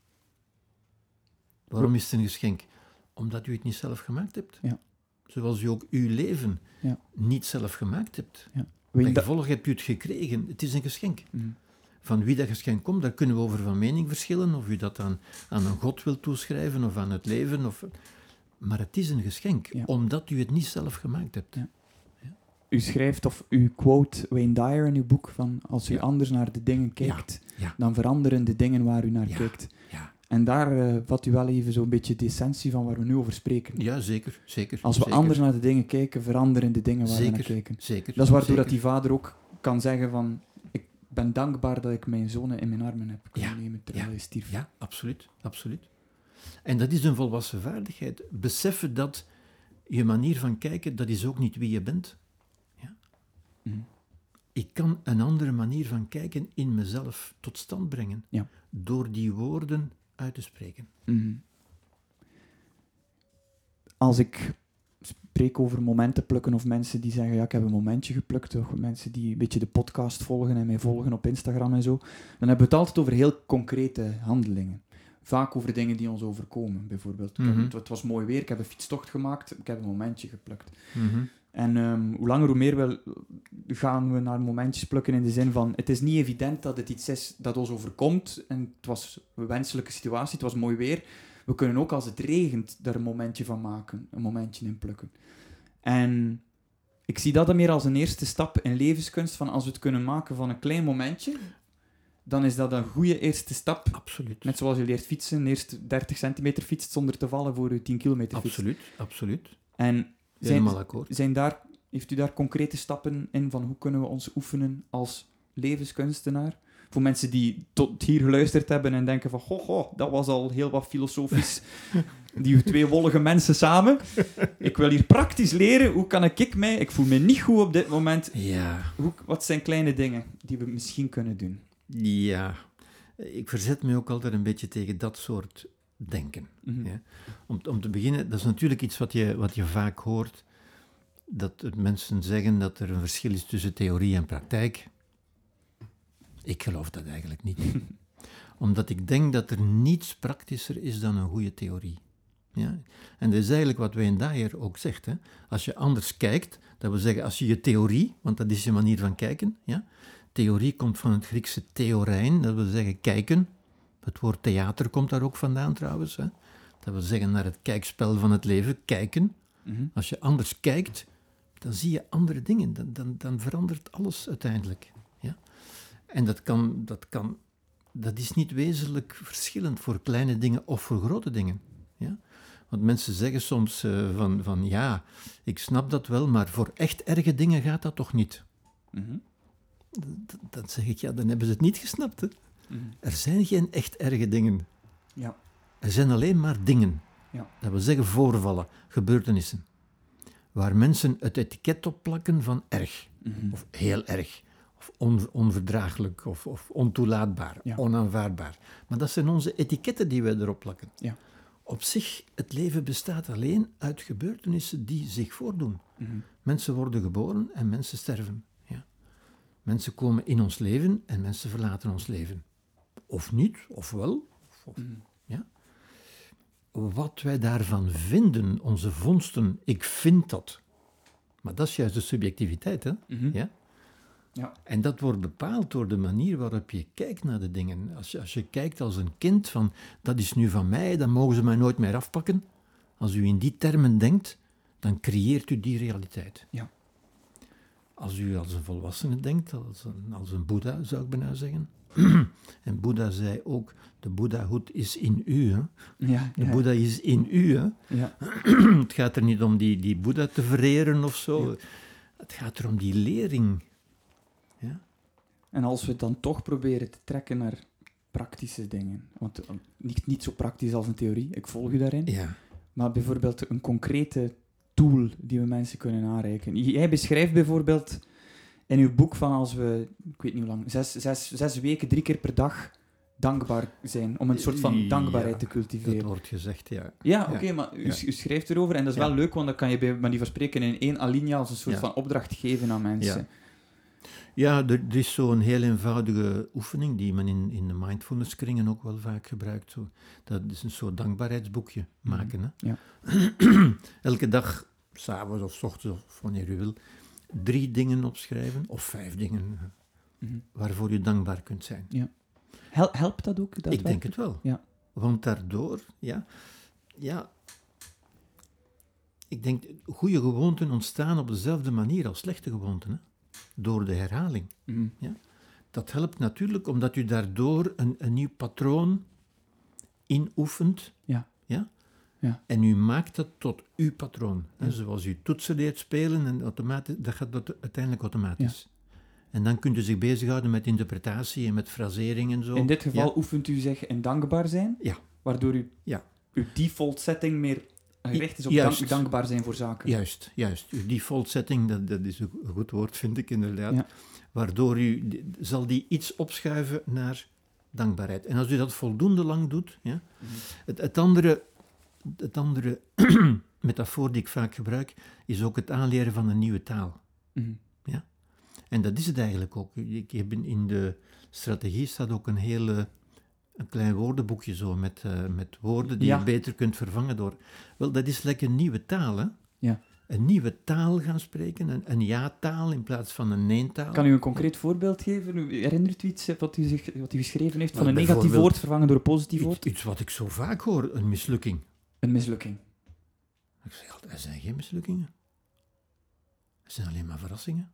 Waarom is het een geschenk? Omdat u het niet zelf gemaakt hebt. Ja. Zoals u ook uw leven niet zelf gemaakt hebt. Ja. Bij gevolg hebt u het gekregen. Het is een geschenk. Van wie dat geschenk komt, daar kunnen we over van mening verschillen. Of u dat aan een God wilt toeschrijven of aan het leven. Maar het is een geschenk, omdat u het niet zelf gemaakt hebt. Ja. U schrijft, of u quote Wayne Dyer in uw boek, van als u anders naar de dingen kijkt, dan veranderen de dingen waar u naar kijkt. Ja. En daar vat u wel even zo'n beetje de essentie van waar we nu over spreken. Ja, zeker. Als we anders naar de dingen kijken, veranderen de dingen waar we naar kijken. Zeker. Dat is waardoor dat die vader ook kan zeggen van, ik ben dankbaar dat ik mijn zonen in mijn armen heb kunnen nemen terwijl hij stierf. Ja, absoluut. En dat is een volwassen vaardigheid. Beseffen dat je manier van kijken, dat is ook niet wie je bent. Ja? Ik kan een andere manier van kijken in mezelf tot stand brengen. Ja. Door die woorden uit te spreken. Als ik spreek over momenten plukken of mensen die zeggen, ja, ik heb een momentje geplukt, of mensen die een beetje de podcast volgen en mij volgen op Instagram en zo, dan hebben we het altijd over heel concrete handelingen. Vaak over dingen die ons overkomen, bijvoorbeeld. Het was mooi weer, ik heb een fietstocht gemaakt, ik heb een momentje geplukt. En hoe langer hoe meer gaan we naar momentjes plukken in de zin van, het is niet evident dat het iets is dat ons overkomt, en het was een wenselijke situatie, het was mooi weer, We kunnen ook als het regent daar een momentje van maken. Een momentje in plukken. En ik zie dat dan meer als een eerste stap in levenskunst. Van als we het kunnen maken van een klein momentje, dan is dat een goede eerste stap. Absoluut. Net zoals je leert fietsen, eerst 30 centimeter fietst zonder te vallen voor je 10 kilometer fietst. Absoluut. En Helemaal akkoord. heeft u daar concrete stappen in van hoe kunnen we ons oefenen als levenskunstenaar? Voor mensen die tot hier geluisterd hebben en denken van, goh, dat was al heel wat filosofisch. Die 2 wollige mensen samen. Ik wil hier praktisch leren. Hoe kan ik voel me niet goed op dit moment. Ja. Wat zijn kleine dingen die we misschien kunnen doen? Ja. Ik verzet me ook altijd een beetje tegen dat soort denken. Mhm. Ja. Om te beginnen, dat is natuurlijk iets wat je vaak hoort, dat mensen zeggen dat er een verschil is tussen theorie en praktijk. Ik geloof dat eigenlijk niet. Omdat ik denk dat er niets praktischer is dan een goede theorie. Ja? En dat is eigenlijk wat Wayne Dyer ook zegt. Hè? Als je anders kijkt, dat wil zeggen, als je je theorie, want dat is je manier van kijken. Ja? Theorie komt van het Griekse theorein, dat wil zeggen kijken. Het woord theater komt daar ook vandaan trouwens. Hè? Dat wil zeggen naar het kijkspel van het leven, kijken. Mhm. Als je anders kijkt, dan zie je andere dingen. Dan verandert alles uiteindelijk. Ja? En dat is niet wezenlijk verschillend voor kleine dingen of voor grote dingen. Ja? Want mensen zeggen soms van ja, ik snap dat wel, maar voor echt erge dingen gaat dat toch niet? Mhm. Dan zeg ik, ja, dan hebben ze het niet gesnapt. Hè? Mhm. Er zijn geen echt erge dingen. Ja. Er zijn alleen maar dingen. Ja. Dat wil zeggen voorvallen, gebeurtenissen. Waar mensen het etiket op plakken van erg. Mhm. Of heel erg. Of onverdraaglijk. Of ontoelaatbaar. Ja. Onaanvaardbaar. Maar dat zijn onze etiketten die wij erop plakken. Ja. Op zich, het leven bestaat alleen uit gebeurtenissen die zich voordoen. Mhm. Mensen worden geboren en mensen sterven. Ja. Mensen komen in ons leven en mensen verlaten ons leven. Of niet, of wel. Mhm. Ja. Wat wij daarvan vinden, onze vondsten, ik vind dat. Maar dat is juist de subjectiviteit, hè? Mhm. Ja? Ja. En dat wordt bepaald door de manier waarop je kijkt naar de dingen. Als je kijkt als een kind van, dat is nu van mij, dan mogen ze mij nooit meer afpakken. Als u in die termen denkt, dan creëert u die realiteit. Ja. Als u als een volwassene denkt, als een Boeddha, zou ik bijna zeggen. En Boeddha zei ook, de Boeddhahoed is in u. Hè? Ja. De Boeddha is in u. Hè? Ja. Het gaat er niet om die Boeddha te vereren of zo. Ja. Het gaat er om die lering. Ja? En als we het dan toch proberen te trekken naar praktische dingen, want niet zo praktisch als een theorie, ik volg u daarin, Ja. maar bijvoorbeeld een concrete tool die we mensen kunnen aanreiken. Jij beschrijft bijvoorbeeld in uw boek van als we, ik weet niet hoe lang, 6 weken, 3 keer per dag dankbaar zijn, om een soort van dankbaarheid te Dat cultiveren. wordt gezegd, ja. Ja, oké, maar u schrijft erover en dat is wel Ja. leuk, want dan kan je bij manier van spreken in 1 alinea als een soort Ja. van opdracht geven aan mensen. Ja. Ja, er is zo'n heel eenvoudige oefening die men in de mindfulness-kringen ook wel vaak gebruikt. Zo. Dat is een soort dankbaarheidsboekje maken. Hè? Ja. Elke dag, 's avonds of 's ochtends, of wanneer u wil, 3 dingen opschrijven, of 5 dingen, Mhm. waarvoor u dankbaar kunt zijn. Helpt dat ook? Ik denk het wel. Ja. Want daardoor, ik denk, goede gewoonten ontstaan op dezelfde manier als slechte gewoonten. Hè? Door de herhaling. Mhm. Dat helpt natuurlijk omdat u daardoor een nieuw patroon inoefent. Ja. Ja? Ja. En u maakt dat tot uw patroon. Ja. Zoals u toetsen leert spelen, en dat gaat dat uiteindelijk automatisch. En dan kunt u zich bezighouden met interpretatie en met frasering en zo. In dit geval Ja. oefent u zich in dankbaar zijn, Ja. waardoor Ja. uw default setting meer gericht is op Juist. dankbaar zijn voor zaken. Juist. Uw default setting, dat is een goed woord, vind ik inderdaad. Ja. Waardoor zal die iets opschuiven naar dankbaarheid. En als u dat voldoende lang doet, ja, het andere metafoor die ik vaak gebruik, is ook het aanleren van een nieuwe taal. Mhm. En dat is het eigenlijk ook. In de strategie staat ook een klein woordenboekje zo, met woorden die Ja. je beter kunt vervangen door... Wel, dat is lekker nieuwe taal, hè? Ja. een nieuwe taal gaan spreken, een ja-taal in plaats van een nee-taal. Kan u een concreet voorbeeld geven? Herinnert u iets wat u geschreven heeft van Nou, een negatief bijvoorbeeld woord vervangen door een positief woord? Iets wat ik zo vaak hoor, een mislukking. Een mislukking. Ik zeg altijd, er zijn geen mislukkingen. Er zijn alleen maar verrassingen.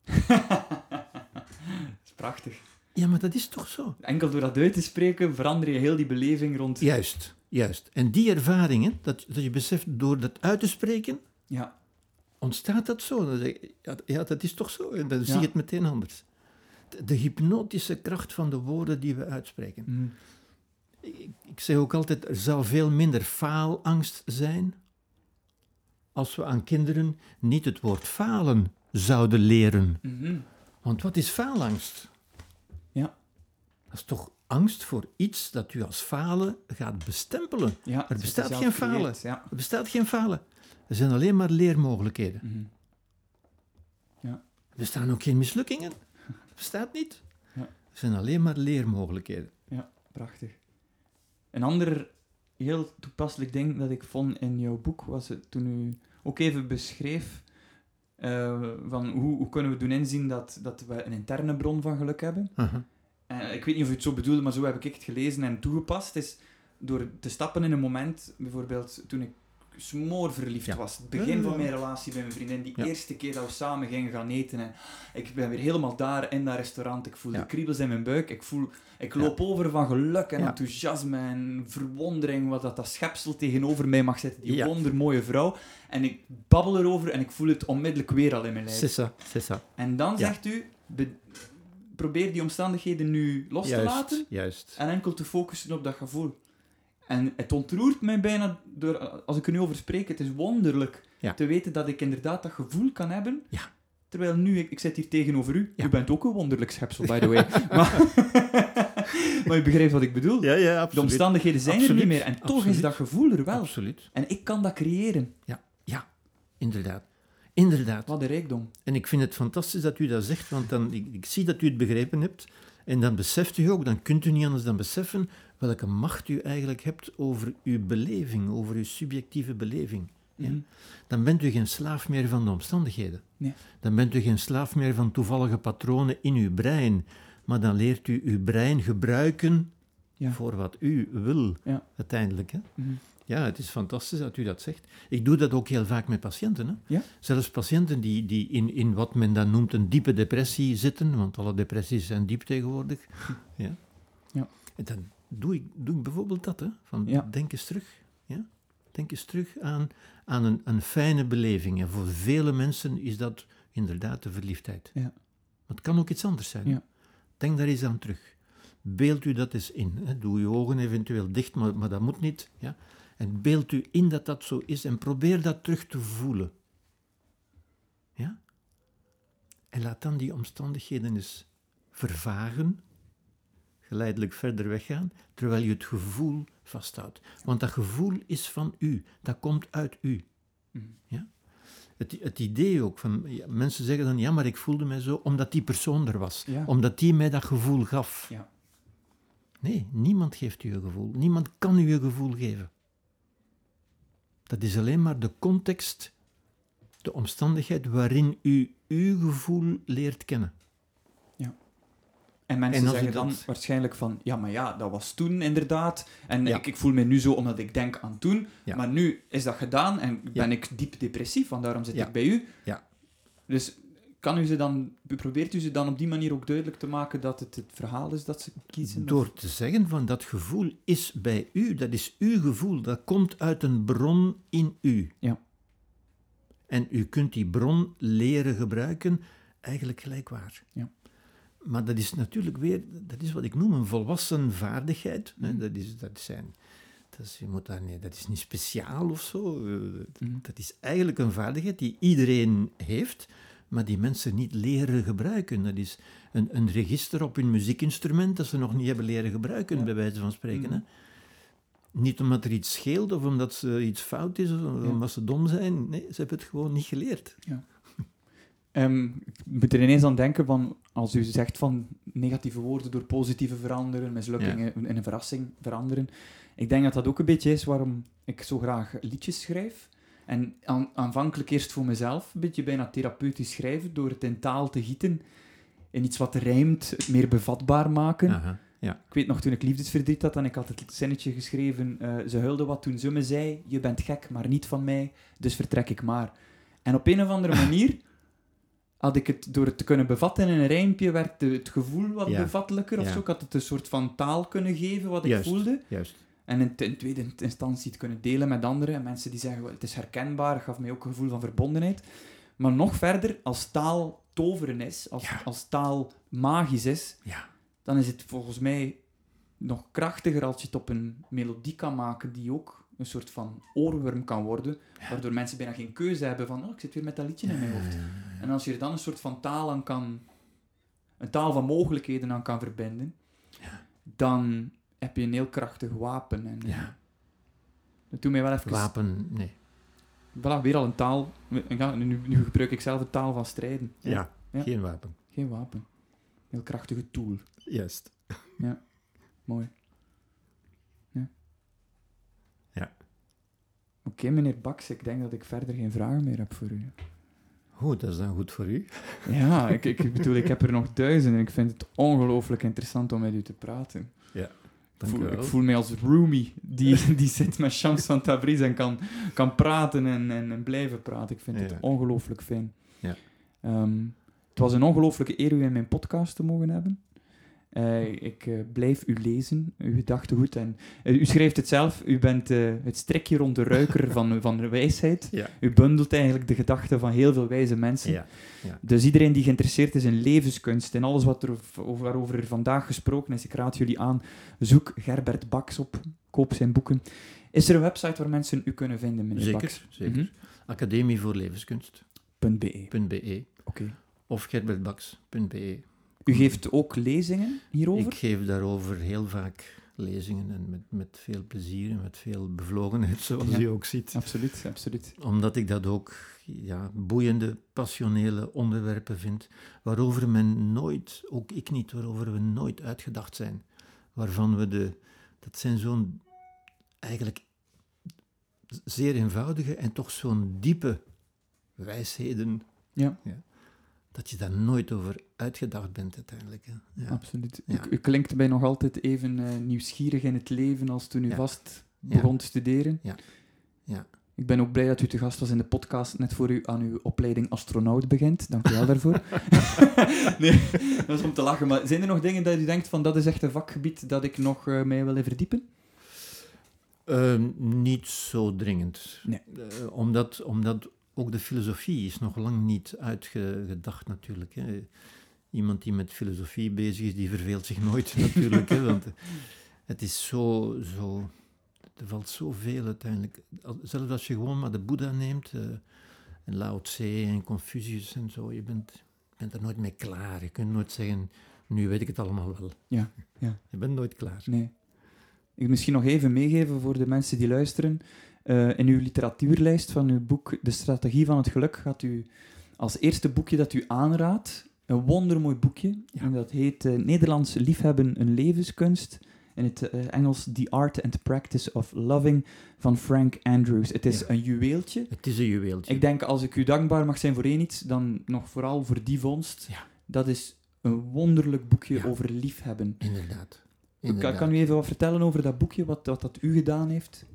Dat is prachtig. Ja, maar dat is toch zo? Enkel door dat uit te spreken verander je heel die beleving rond... Juist. En die ervaringen, dat je beseft door dat uit te spreken, Ja. ontstaat dat zo. Dan zeg je, ja, dat is toch zo. En dan zie je het meteen anders. De hypnotische kracht van de woorden die we uitspreken. Mm. Ik zeg ook altijd, er zou veel minder faalangst zijn als we aan kinderen niet het woord falen zouden leren. Mhm. Want wat is faalangst? Ja. Dat is toch angst voor iets dat u als falen gaat bestempelen. Ja, Er bestaat zelf geen creëert, falen. Ja. Er bestaat geen falen. Er zijn alleen maar leermogelijkheden. Mhm. Ja. Er bestaan ook geen mislukkingen. Dat bestaat niet. Ja. Er zijn alleen maar leermogelijkheden. Ja, prachtig. Een ander heel toepasselijk ding dat ik vond in jouw boek was het toen u ook even beschreef van hoe kunnen we doen inzien dat we een interne bron van geluk hebben. Aha. Ik weet niet of u het zo bedoelde, maar zo heb ik het gelezen en toegepast. Is door te stappen in een moment, bijvoorbeeld toen ik smoorverliefd was. Het begin van mijn relatie met mijn vriendin. Die eerste keer dat we samen gingen gaan eten. En ik ben weer helemaal daar in dat restaurant. Ik voel de kriebels in mijn buik. Ik loop over van geluk en enthousiasme en verwondering wat dat schepsel tegenover mij mag zitten. Die wondermooie vrouw. En ik babbel erover en ik voel het onmiddellijk weer al in mijn lijf. C'est ça. En dan zegt u, probeer die omstandigheden nu los te laten. Juist. En enkel te focussen op dat gevoel. En het ontroert mij bijna, als ik er nu over spreek, het is wonderlijk te weten dat ik inderdaad dat gevoel kan hebben. Ja. Terwijl nu, ik zit hier tegenover u. Ja. U bent ook een wonderlijk schepsel, by the way. maar u begrijpt wat ik bedoel. Ja, absoluut. De omstandigheden zijn er niet meer. En toch is dat gevoel er wel. Absoluut. En ik kan dat creëren. Ja, inderdaad. Wat een rijkdom. En ik vind het fantastisch dat u dat zegt, want dan, ik zie dat u het begrepen hebt. En dan beseft u ook, dan kunt u niet anders dan beseffen welke macht u eigenlijk hebt over uw beleving, over uw subjectieve beleving. Ja? Mm-hmm. Dan bent u geen slaaf meer van de omstandigheden. Nee. Dan bent u geen slaaf meer van toevallige patronen in uw brein. Maar dan leert u uw brein gebruiken voor wat u wil, uiteindelijk. Hè? Mm-hmm. Ja, het is fantastisch dat u dat zegt. Ik doe dat ook heel vaak met patiënten. Hè? Ja? Zelfs patiënten die in wat men dan noemt een diepe depressie zitten, want alle depressies zijn diep tegenwoordig. Ja. En dan doe ik bijvoorbeeld dat, hè? Van denk eens terug. Ja? Denk eens terug aan een fijne beleving. En voor vele mensen is dat inderdaad de verliefdheid. Ja. Maar het kan ook iets anders zijn. Ja. Denk daar eens aan terug. Beeld u dat eens in. Hè? Doe uw ogen eventueel dicht, maar dat moet niet. Ja? En beeld u in dat dat zo is en probeer dat terug te voelen. Ja? En laat dan die omstandigheden eens vervagen, geleidelijk verder weggaan, terwijl je het gevoel vasthoudt. Want dat gevoel is van u, dat komt uit u. Ja? Het idee ook van, mensen zeggen dan, ja, maar ik voelde mij zo, omdat die persoon er was. Ja. Omdat die mij dat gevoel gaf. Ja. Nee, niemand geeft u een gevoel. Niemand kan u een gevoel geven. Dat is alleen maar de context, de omstandigheid waarin u uw gevoel leert kennen. Ja. En mensen zeggen dan waarschijnlijk van, dat was toen inderdaad. En ik voel me nu zo omdat ik denk aan toen. Ja. Maar nu is dat gedaan en ben ik diep depressief, want daarom zit ik bij u. Ja. Dus probeert u ze dan op die manier ook duidelijk te maken dat het verhaal is dat ze kiezen? Door te zeggen van dat gevoel is bij u, dat is uw gevoel, dat komt uit een bron in u. Ja. En u kunt die bron leren gebruiken, eigenlijk gelijkwaar. Ja. Maar dat is natuurlijk weer, dat is wat ik noem een volwassen vaardigheid. Mm. Dat is niet speciaal of zo. Dat is eigenlijk een vaardigheid die iedereen heeft, maar die mensen niet leren gebruiken. Dat is een register op hun muziekinstrument dat ze nog niet hebben leren gebruiken, bij wijze van spreken. Hè? Niet omdat er iets scheelt of omdat ze iets fout is of omdat ze dom zijn. Nee, ze hebben het gewoon niet geleerd. Ja. Ik moet er ineens aan denken van, als u zegt van negatieve woorden door positieve veranderen, mislukkingen in een verrassing veranderen. Ik denk dat dat ook een beetje is waarom ik zo graag liedjes schrijf. En aanvankelijk eerst voor mezelf, een beetje bijna therapeutisch schrijven, door het in taal te gieten, in iets wat rijmt, het meer bevatbaar maken. Aha, ja. Ik weet nog, toen ik liefdesverdriet had, en ik had het zinnetje geschreven, ze huilde wat toen ze me zei, je bent gek, maar niet van mij, dus vertrek ik maar. En op een of andere manier had ik het, door het te kunnen bevatten in een rijmpje, werd het gevoel wat bevattelijker of zo. Ik had het een soort van taal kunnen geven, wat ik voelde. Juist. En in tweede instantie het kunnen delen met anderen. En mensen die zeggen, het is herkenbaar, gaf mij ook een gevoel van verbondenheid. Maar nog verder, als taal toveren is, als taal magisch is, dan is het volgens mij nog krachtiger als je het op een melodie kan maken die ook een soort van oorworm kan worden, waardoor mensen bijna geen keuze hebben van, ik zit weer met dat liedje in mijn hoofd. En als je er dan een soort van taal aan kan, een taal van mogelijkheden aan kan verbinden, dan heb je een heel krachtig wapen. En, dat doet mij wel even... Wapen, nee. Voilà, weer al een taal. Nu gebruik ik zelf de taal van strijden. Ja, geen wapen. Geen wapen. Heel krachtige tool. Juist. Ja, mooi. Ja. Oké, meneer Baks, ik denk dat ik verder geen vragen meer heb voor u. Goed, dat is dan goed voor u. Ja, ik bedoel, ik heb er nog 1000 en ik vind het ongelooflijk interessant om met u te praten. Ja, ik voel mij als Rumi, die zit met Shams van Tabriz en kan praten en blijven praten. Ik vind het ongelooflijk fijn. Ja. Het was een ongelooflijke eer u in mijn podcast te mogen hebben. Ik blijf u lezen, uw gedachtegoed. En u schrijft het zelf, u bent het strikje rond de ruiker van de wijsheid. Ja. U bundelt eigenlijk de gedachten van heel veel wijze mensen. Ja. Ja. Dus iedereen die geïnteresseerd is in levenskunst en alles waarover er vandaag gesproken is, ik raad jullie aan, zoek Gerbert Baks op, koop zijn boeken. Is er een website waar mensen u kunnen vinden, meneer Baks? Zeker. Academie voor Levenskunst.be. Oké. Of gerbertbaks.be. U geeft ook lezingen hierover? Ik geef daarover heel vaak lezingen en met veel plezier en met veel bevlogenheid, zoals u ook ziet. Absoluut, absoluut. Omdat ik dat ook boeiende, passionele onderwerpen vind, waarover men nooit, ook ik niet, waarover we nooit uitgedacht zijn. Waarvan we dat zijn zo'n eigenlijk zeer eenvoudige en toch zo'n diepe wijsheden. Ja. Dat je daar nooit over uitgedacht bent uiteindelijk. Hè. Ja. Absoluut. Ja. U klinkt mij nog altijd even nieuwsgierig in het leven als toen u vast begon te studeren. Ja. Ja. Ik ben ook blij dat u te gast was in de podcast net voor u aan uw opleiding astronaut begint. Dank u wel daarvoor. Nee, dat is om te lachen. Maar zijn er nog dingen dat u denkt van dat is echt een vakgebied dat ik nog mij wil verdiepen? Niet zo dringend. Nee. Omdat ook de filosofie is nog lang niet uitgedacht natuurlijk. Hè. Iemand die met filosofie bezig is, die verveelt zich nooit natuurlijk. Hè, want het is zo... Er valt zoveel uiteindelijk. Zelfs als je gewoon maar de Boeddha neemt, en Lao Tse en Confucius en zo, je bent er nooit mee klaar. Je kunt nooit zeggen, nu weet ik het allemaal wel. Ja. Je bent nooit klaar. Nee. Ik wil misschien nog even meegeven voor de mensen die luisteren. In uw literatuurlijst van uw boek De Strategie van het Geluk gaat u als eerste boekje dat u aanraadt, een wondermooi boekje. Ja. En dat heet Nederlands Liefhebben, een levenskunst. In het Engels The Art and Practice of Loving van Frank Andrews. Het is een juweeltje. Het is een juweeltje. Ik denk, als ik u dankbaar mag zijn voor één iets, dan nog vooral voor die vondst. Ja. Dat is een wonderlijk boekje over liefhebben. Inderdaad. Kan u even wat vertellen over dat boekje, wat dat u gedaan heeft?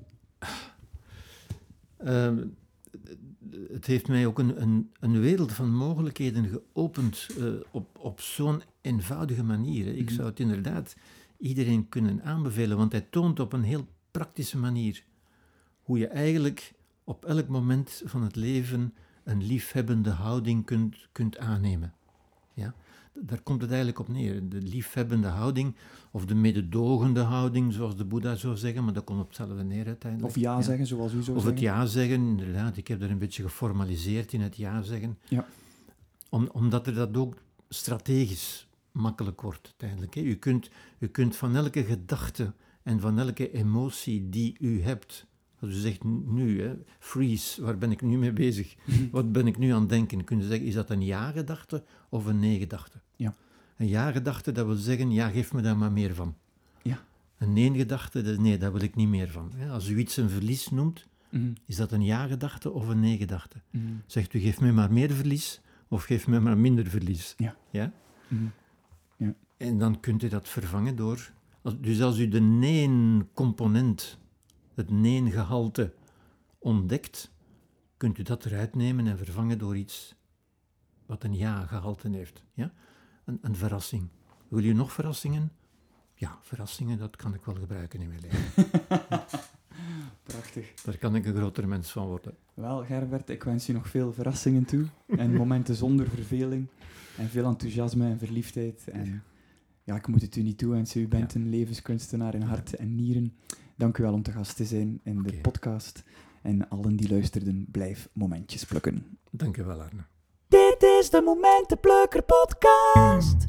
Het heeft mij ook een wereld van mogelijkheden geopend op zo'n eenvoudige manier. Hè. Ik zou het inderdaad iedereen kunnen aanbevelen, want hij toont op een heel praktische manier hoe je eigenlijk op elk moment van het leven een liefhebbende houding kunt aannemen. Ja? Daar komt het eigenlijk op neer. De liefhebbende houding, of de mededogende houding, zoals de Boeddha zou zeggen, maar dat komt op hetzelfde neer uiteindelijk. Of ja zeggen, zoals u zou zeggen. Of het ja zeggen, inderdaad. Ik heb dat een beetje geformaliseerd in het ja zeggen. Ja. Omdat er dat ook strategisch makkelijk wordt uiteindelijk. Hè. U kunt van elke gedachte en van elke emotie die u hebt, als u zegt nu, hè, freeze, waar ben ik nu mee bezig? Wat ben ik nu aan het denken? Kun je zeggen, is dat een ja-gedachte of een nee-gedachte? Ja. Een ja-gedachte, dat wil zeggen, ja, geef me daar maar meer van. Ja. Een nee-gedachte, nee, daar wil ik niet meer van. Als u iets een verlies noemt, Is dat een ja-gedachte of een nee-gedachte? Mhm. Zegt u, geef mij maar meer verlies of geef mij maar minder verlies? Ja. Ja? Mhm. Ja. En dan kunt u dat vervangen door... Dus als u de nee-component, het nee-gehalte ontdekt, kunt u dat eruit nemen en vervangen door iets wat een ja-gehalte heeft. Ja? Een verrassing. Wil je nog verrassingen? Ja, verrassingen, dat kan ik wel gebruiken in mijn leven. Prachtig. Daar kan ik een groter mens van worden. Wel, Gerbert, ik wens je nog veel verrassingen toe. En momenten zonder verveling. En veel enthousiasme en verliefdheid. En ja, ik moet het u niet toewensen. U bent een levenskunstenaar in hart en nieren. Dank u wel om te gast te zijn in de podcast. En allen die luisterden, blijf momentjes plukken. Dank je wel, Arne. Dit is de Momentenplukker podcast.